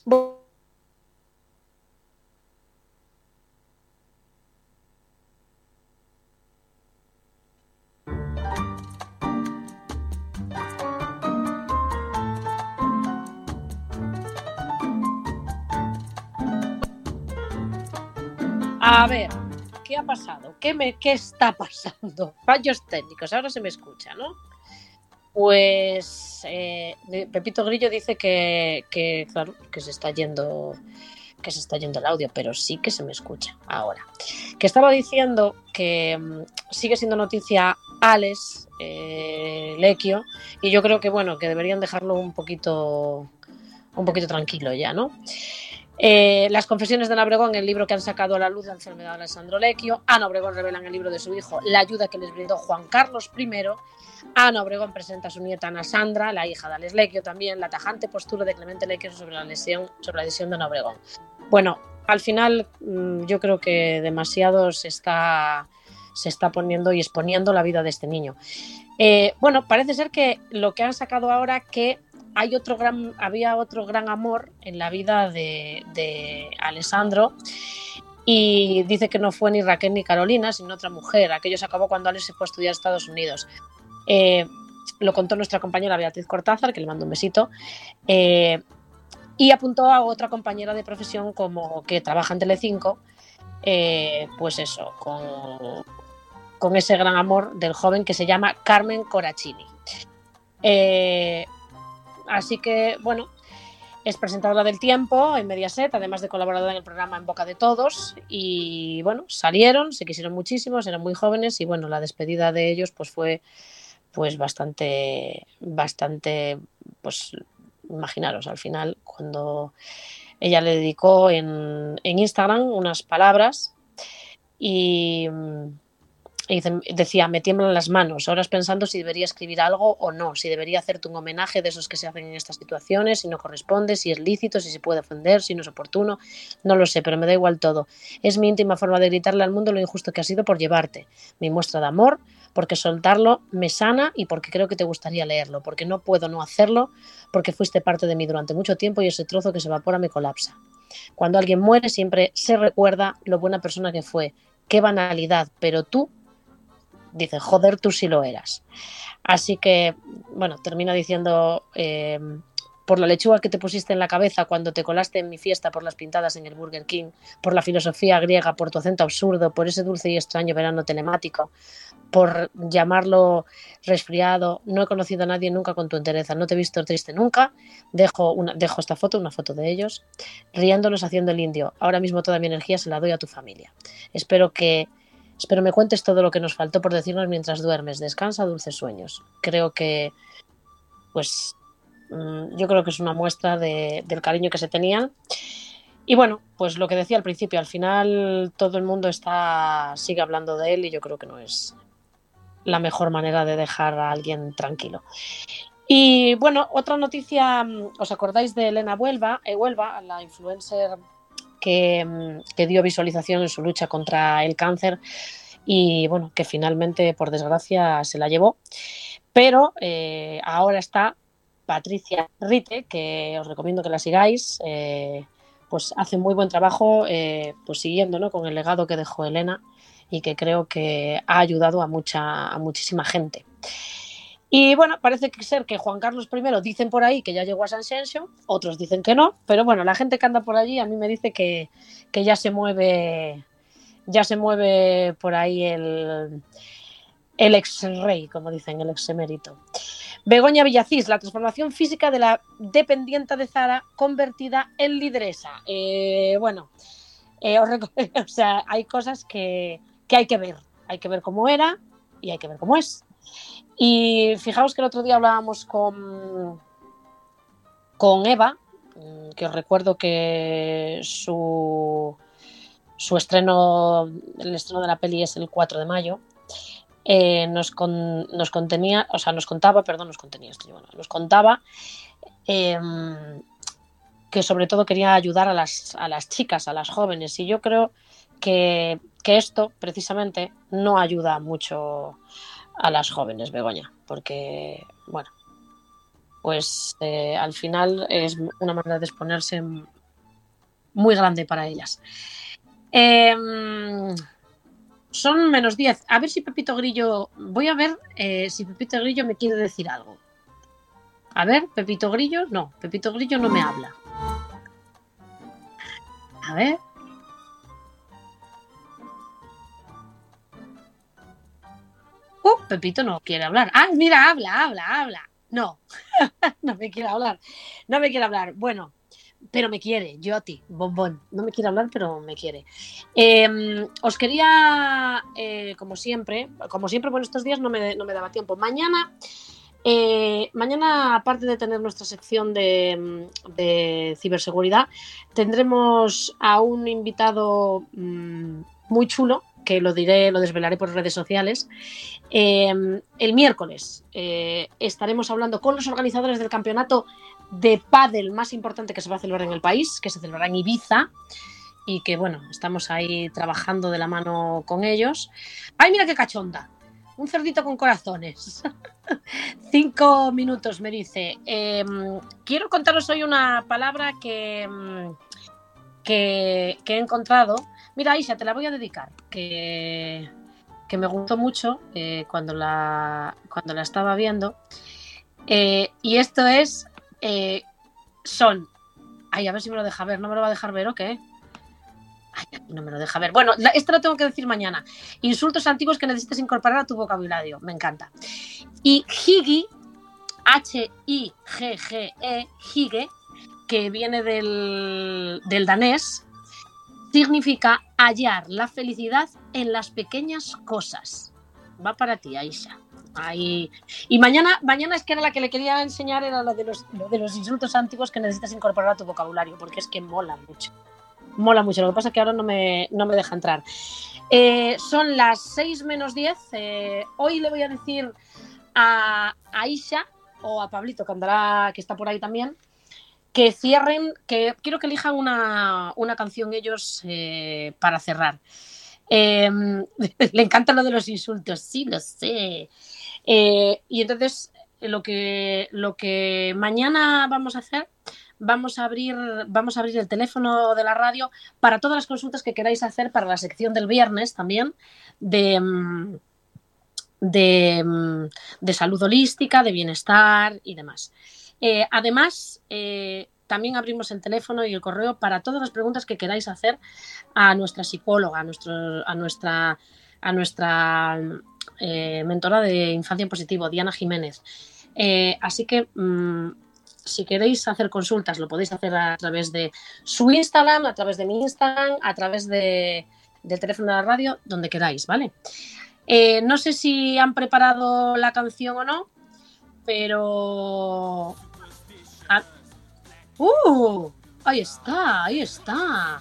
a ver, ¿qué ha pasado? ¿Qué está pasando? Fallos técnicos, ahora se me escucha, ¿no? Pues Pepito Grillo dice que claro, que se está yendo el audio, pero sí que se me escucha ahora. Que estaba diciendo que sigue siendo noticia Alex Lecchio, y yo creo que bueno, que deberían dejarlo un poquito tranquilo ya, ¿no? Las confesiones de Ana Obregón, el libro que han sacado a la luz la enfermedad de Alessandro Lecchio. Ana Obregón revela en el libro de su hijo la ayuda que les brindó Juan Carlos I. Ana Obregón presenta a su nieta Ana Sandra, la hija de Alex Lecchio, también la tajante postura de Clemente Lecchio sobre la lesión de Ana Obregón. Bueno, al final yo creo que demasiado se está poniendo y exponiendo la vida de este niño. Bueno, parece ser que lo que han sacado ahora que había otro gran amor en la vida de Alessandro, y dice que no fue ni Raquel ni Carolina, sino otra mujer. Aquello se acabó cuando Alex se fue a estudiar a Estados Unidos. Lo contó nuestra compañera Beatriz Cortázar, que le mando un besito, y apuntó a otra compañera de profesión como que trabaja en Telecinco, pues eso, con ese gran amor del joven que se llama Carmen Coracini. Así que, bueno, es presentadora del Tiempo en Mediaset, además de colaboradora en el programa En Boca de Todos, y bueno, salieron, se quisieron muchísimos, eran muy jóvenes, y bueno, la despedida de ellos pues fue pues bastante, pues imaginaros, al final, cuando ella le dedicó en Instagram unas palabras y decía: me tiemblan las manos, horas pensando si debería escribir algo o no, si debería hacerte un homenaje de esos que se hacen en estas situaciones, si no corresponde, si es lícito, si se puede ofender, si no es oportuno, no lo sé, pero me da igual todo. Es mi íntima forma de gritarle al mundo lo injusto que ha sido por llevarte, mi muestra de amor, porque soltarlo me sana y porque creo que te gustaría leerlo, porque no puedo no hacerlo, porque fuiste parte de mí durante mucho tiempo y ese trozo que se evapora me colapsa. Cuando alguien muere siempre se recuerda lo buena persona que fue. Qué banalidad, pero tú, dice, joder, tú sí lo eras. Así que, bueno, termina diciendo: por la lechuga que te pusiste en la cabeza cuando te colaste en mi fiesta, por las pintadas en el Burger King, por la filosofía griega, por tu acento absurdo, por ese dulce y extraño verano telemático, por llamarlo resfriado, no he conocido a nadie nunca con tu entereza, no te he visto triste nunca, dejo esta foto, una foto de ellos, riéndonos haciendo el indio, ahora mismo toda mi energía se la doy a tu familia. Espero me cuentes todo lo que nos faltó por decirnos mientras duermes. Descansa, dulces sueños. Creo que, pues, yo creo que es una muestra del cariño que se tenían. Y bueno, pues lo que decía al principio, al final todo el mundo sigue hablando de él, y yo creo que no es la mejor manera de dejar a alguien tranquilo. Y bueno, otra noticia, ¿os acordáis de Elena Huelva, la influencer que dio visualización en su lucha contra el cáncer, y bueno, que finalmente, por desgracia, se la llevó? Pero ahora está Patricia Rite, que os recomiendo que la sigáis, pues hace muy buen trabajo, pues siguiendo, ¿no?, con el legado que dejó Elena, y que creo que ha ayudado a muchísima gente. Y bueno, parece ser que Juan Carlos I dicen por ahí que ya llegó a San Xenxo, otros dicen que no, pero bueno, la gente que anda por allí a mí me dice que ya se mueve por ahí el ex rey, como dicen, el ex emérito. Begoña Villacís, la transformación física de la dependienta de Zara convertida en lideresa. Bueno, o sea, hay cosas que hay que ver cómo era y hay que ver cómo es. Y fijaos que el otro día hablábamos con Eva, que os recuerdo que su estreno, el estreno de la peli es el 4 de mayo. Nos contaba que sobre todo quería ayudar a las chicas, a las jóvenes, y yo creo que esto precisamente no ayuda mucho a las jóvenes, Begoña, porque bueno, pues al final es una manera de exponerse muy grande para ellas. Son menos 10. A ver si Pepito Grillo... Voy a ver si Pepito Grillo me quiere decir algo. A ver, Pepito Grillo... No, Pepito Grillo no me habla. A ver... Pepito no quiere hablar. Ah, mira, habla. No, no me quiere hablar. Bueno, pero me quiere, yo a ti, bombón. No me quiere hablar, pero me quiere. Os quería, como siempre, bueno, estos días no me daba tiempo. Mañana, aparte de tener nuestra sección de ciberseguridad, tendremos a un invitado muy chulo, que lo desvelaré por redes sociales. El miércoles estaremos hablando con los organizadores del campeonato de pádel más importante que se va a celebrar en el país, que se celebrará en Ibiza, y que bueno, estamos ahí trabajando de la mano con ellos. ¡Ay, mira qué cachonda! Un cerdito con corazones. 5 minutos, me dice. Quiero contaros hoy una palabra que he encontrado. Mira, Aisha, te la voy a dedicar, que me gustó mucho cuando la estaba viendo. Y esto es... son... Ay, a ver si me lo deja ver. ¿No me lo va a dejar ver o qué? Ay, no me lo deja ver. Bueno, esto lo tengo que decir mañana. Insultos antiguos que necesitas incorporar a tu vocabulario. Me encanta. Y hygge, H-I-G-G-E, hygge, que viene del danés, significa hallar la felicidad en las pequeñas cosas. Va para ti, Aisha. Ahí. Y mañana es que era la que le quería enseñar, era lo de los insultos antiguos que necesitas incorporar a tu vocabulario, porque es que mola mucho. Lo que pasa es que ahora no me deja entrar. Son las 6 menos 10. Hoy le voy a decir a Aisha o a Pablito, que está por ahí también, que cierren, que quiero que elijan una canción ellos para cerrar. Le encanta lo de los insultos, sí, lo sé. Y entonces lo que mañana vamos a hacer, vamos a abrir el teléfono de la radio para todas las consultas que queráis hacer para la sección del viernes también de salud holística, de bienestar y demás. Además, también abrimos el teléfono y el correo para todas las preguntas que queráis hacer a nuestra psicóloga, a nuestra mentora de Infancia en Positivo, Diana Jiménez. Así que si queréis hacer consultas, lo podéis hacer a través de su Instagram, a través de mi Instagram, a través del teléfono de la radio, donde queráis, ¿vale? No sé si han preparado la canción o no, pero... Ahí está.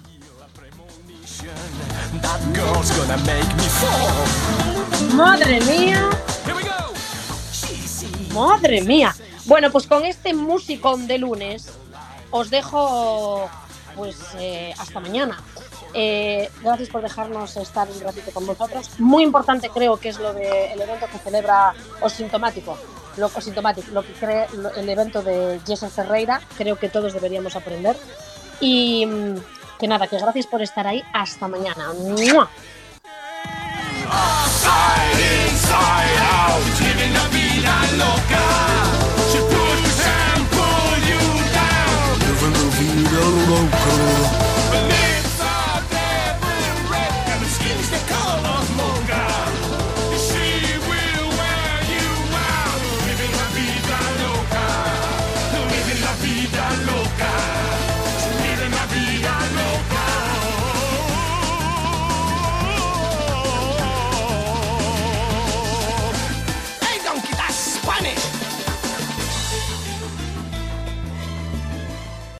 Madre mía. Bueno, pues con este musicón de lunes os dejo pues hasta mañana. Gracias por dejarnos estar un ratito con vosotros. Muy importante creo que es lo del evento que celebra Osintomático, lo que crea el evento de Jesse Ferreira. Creo que todos deberíamos aprender. Y que nada, que gracias por estar ahí. Hasta mañana. ¡Mua!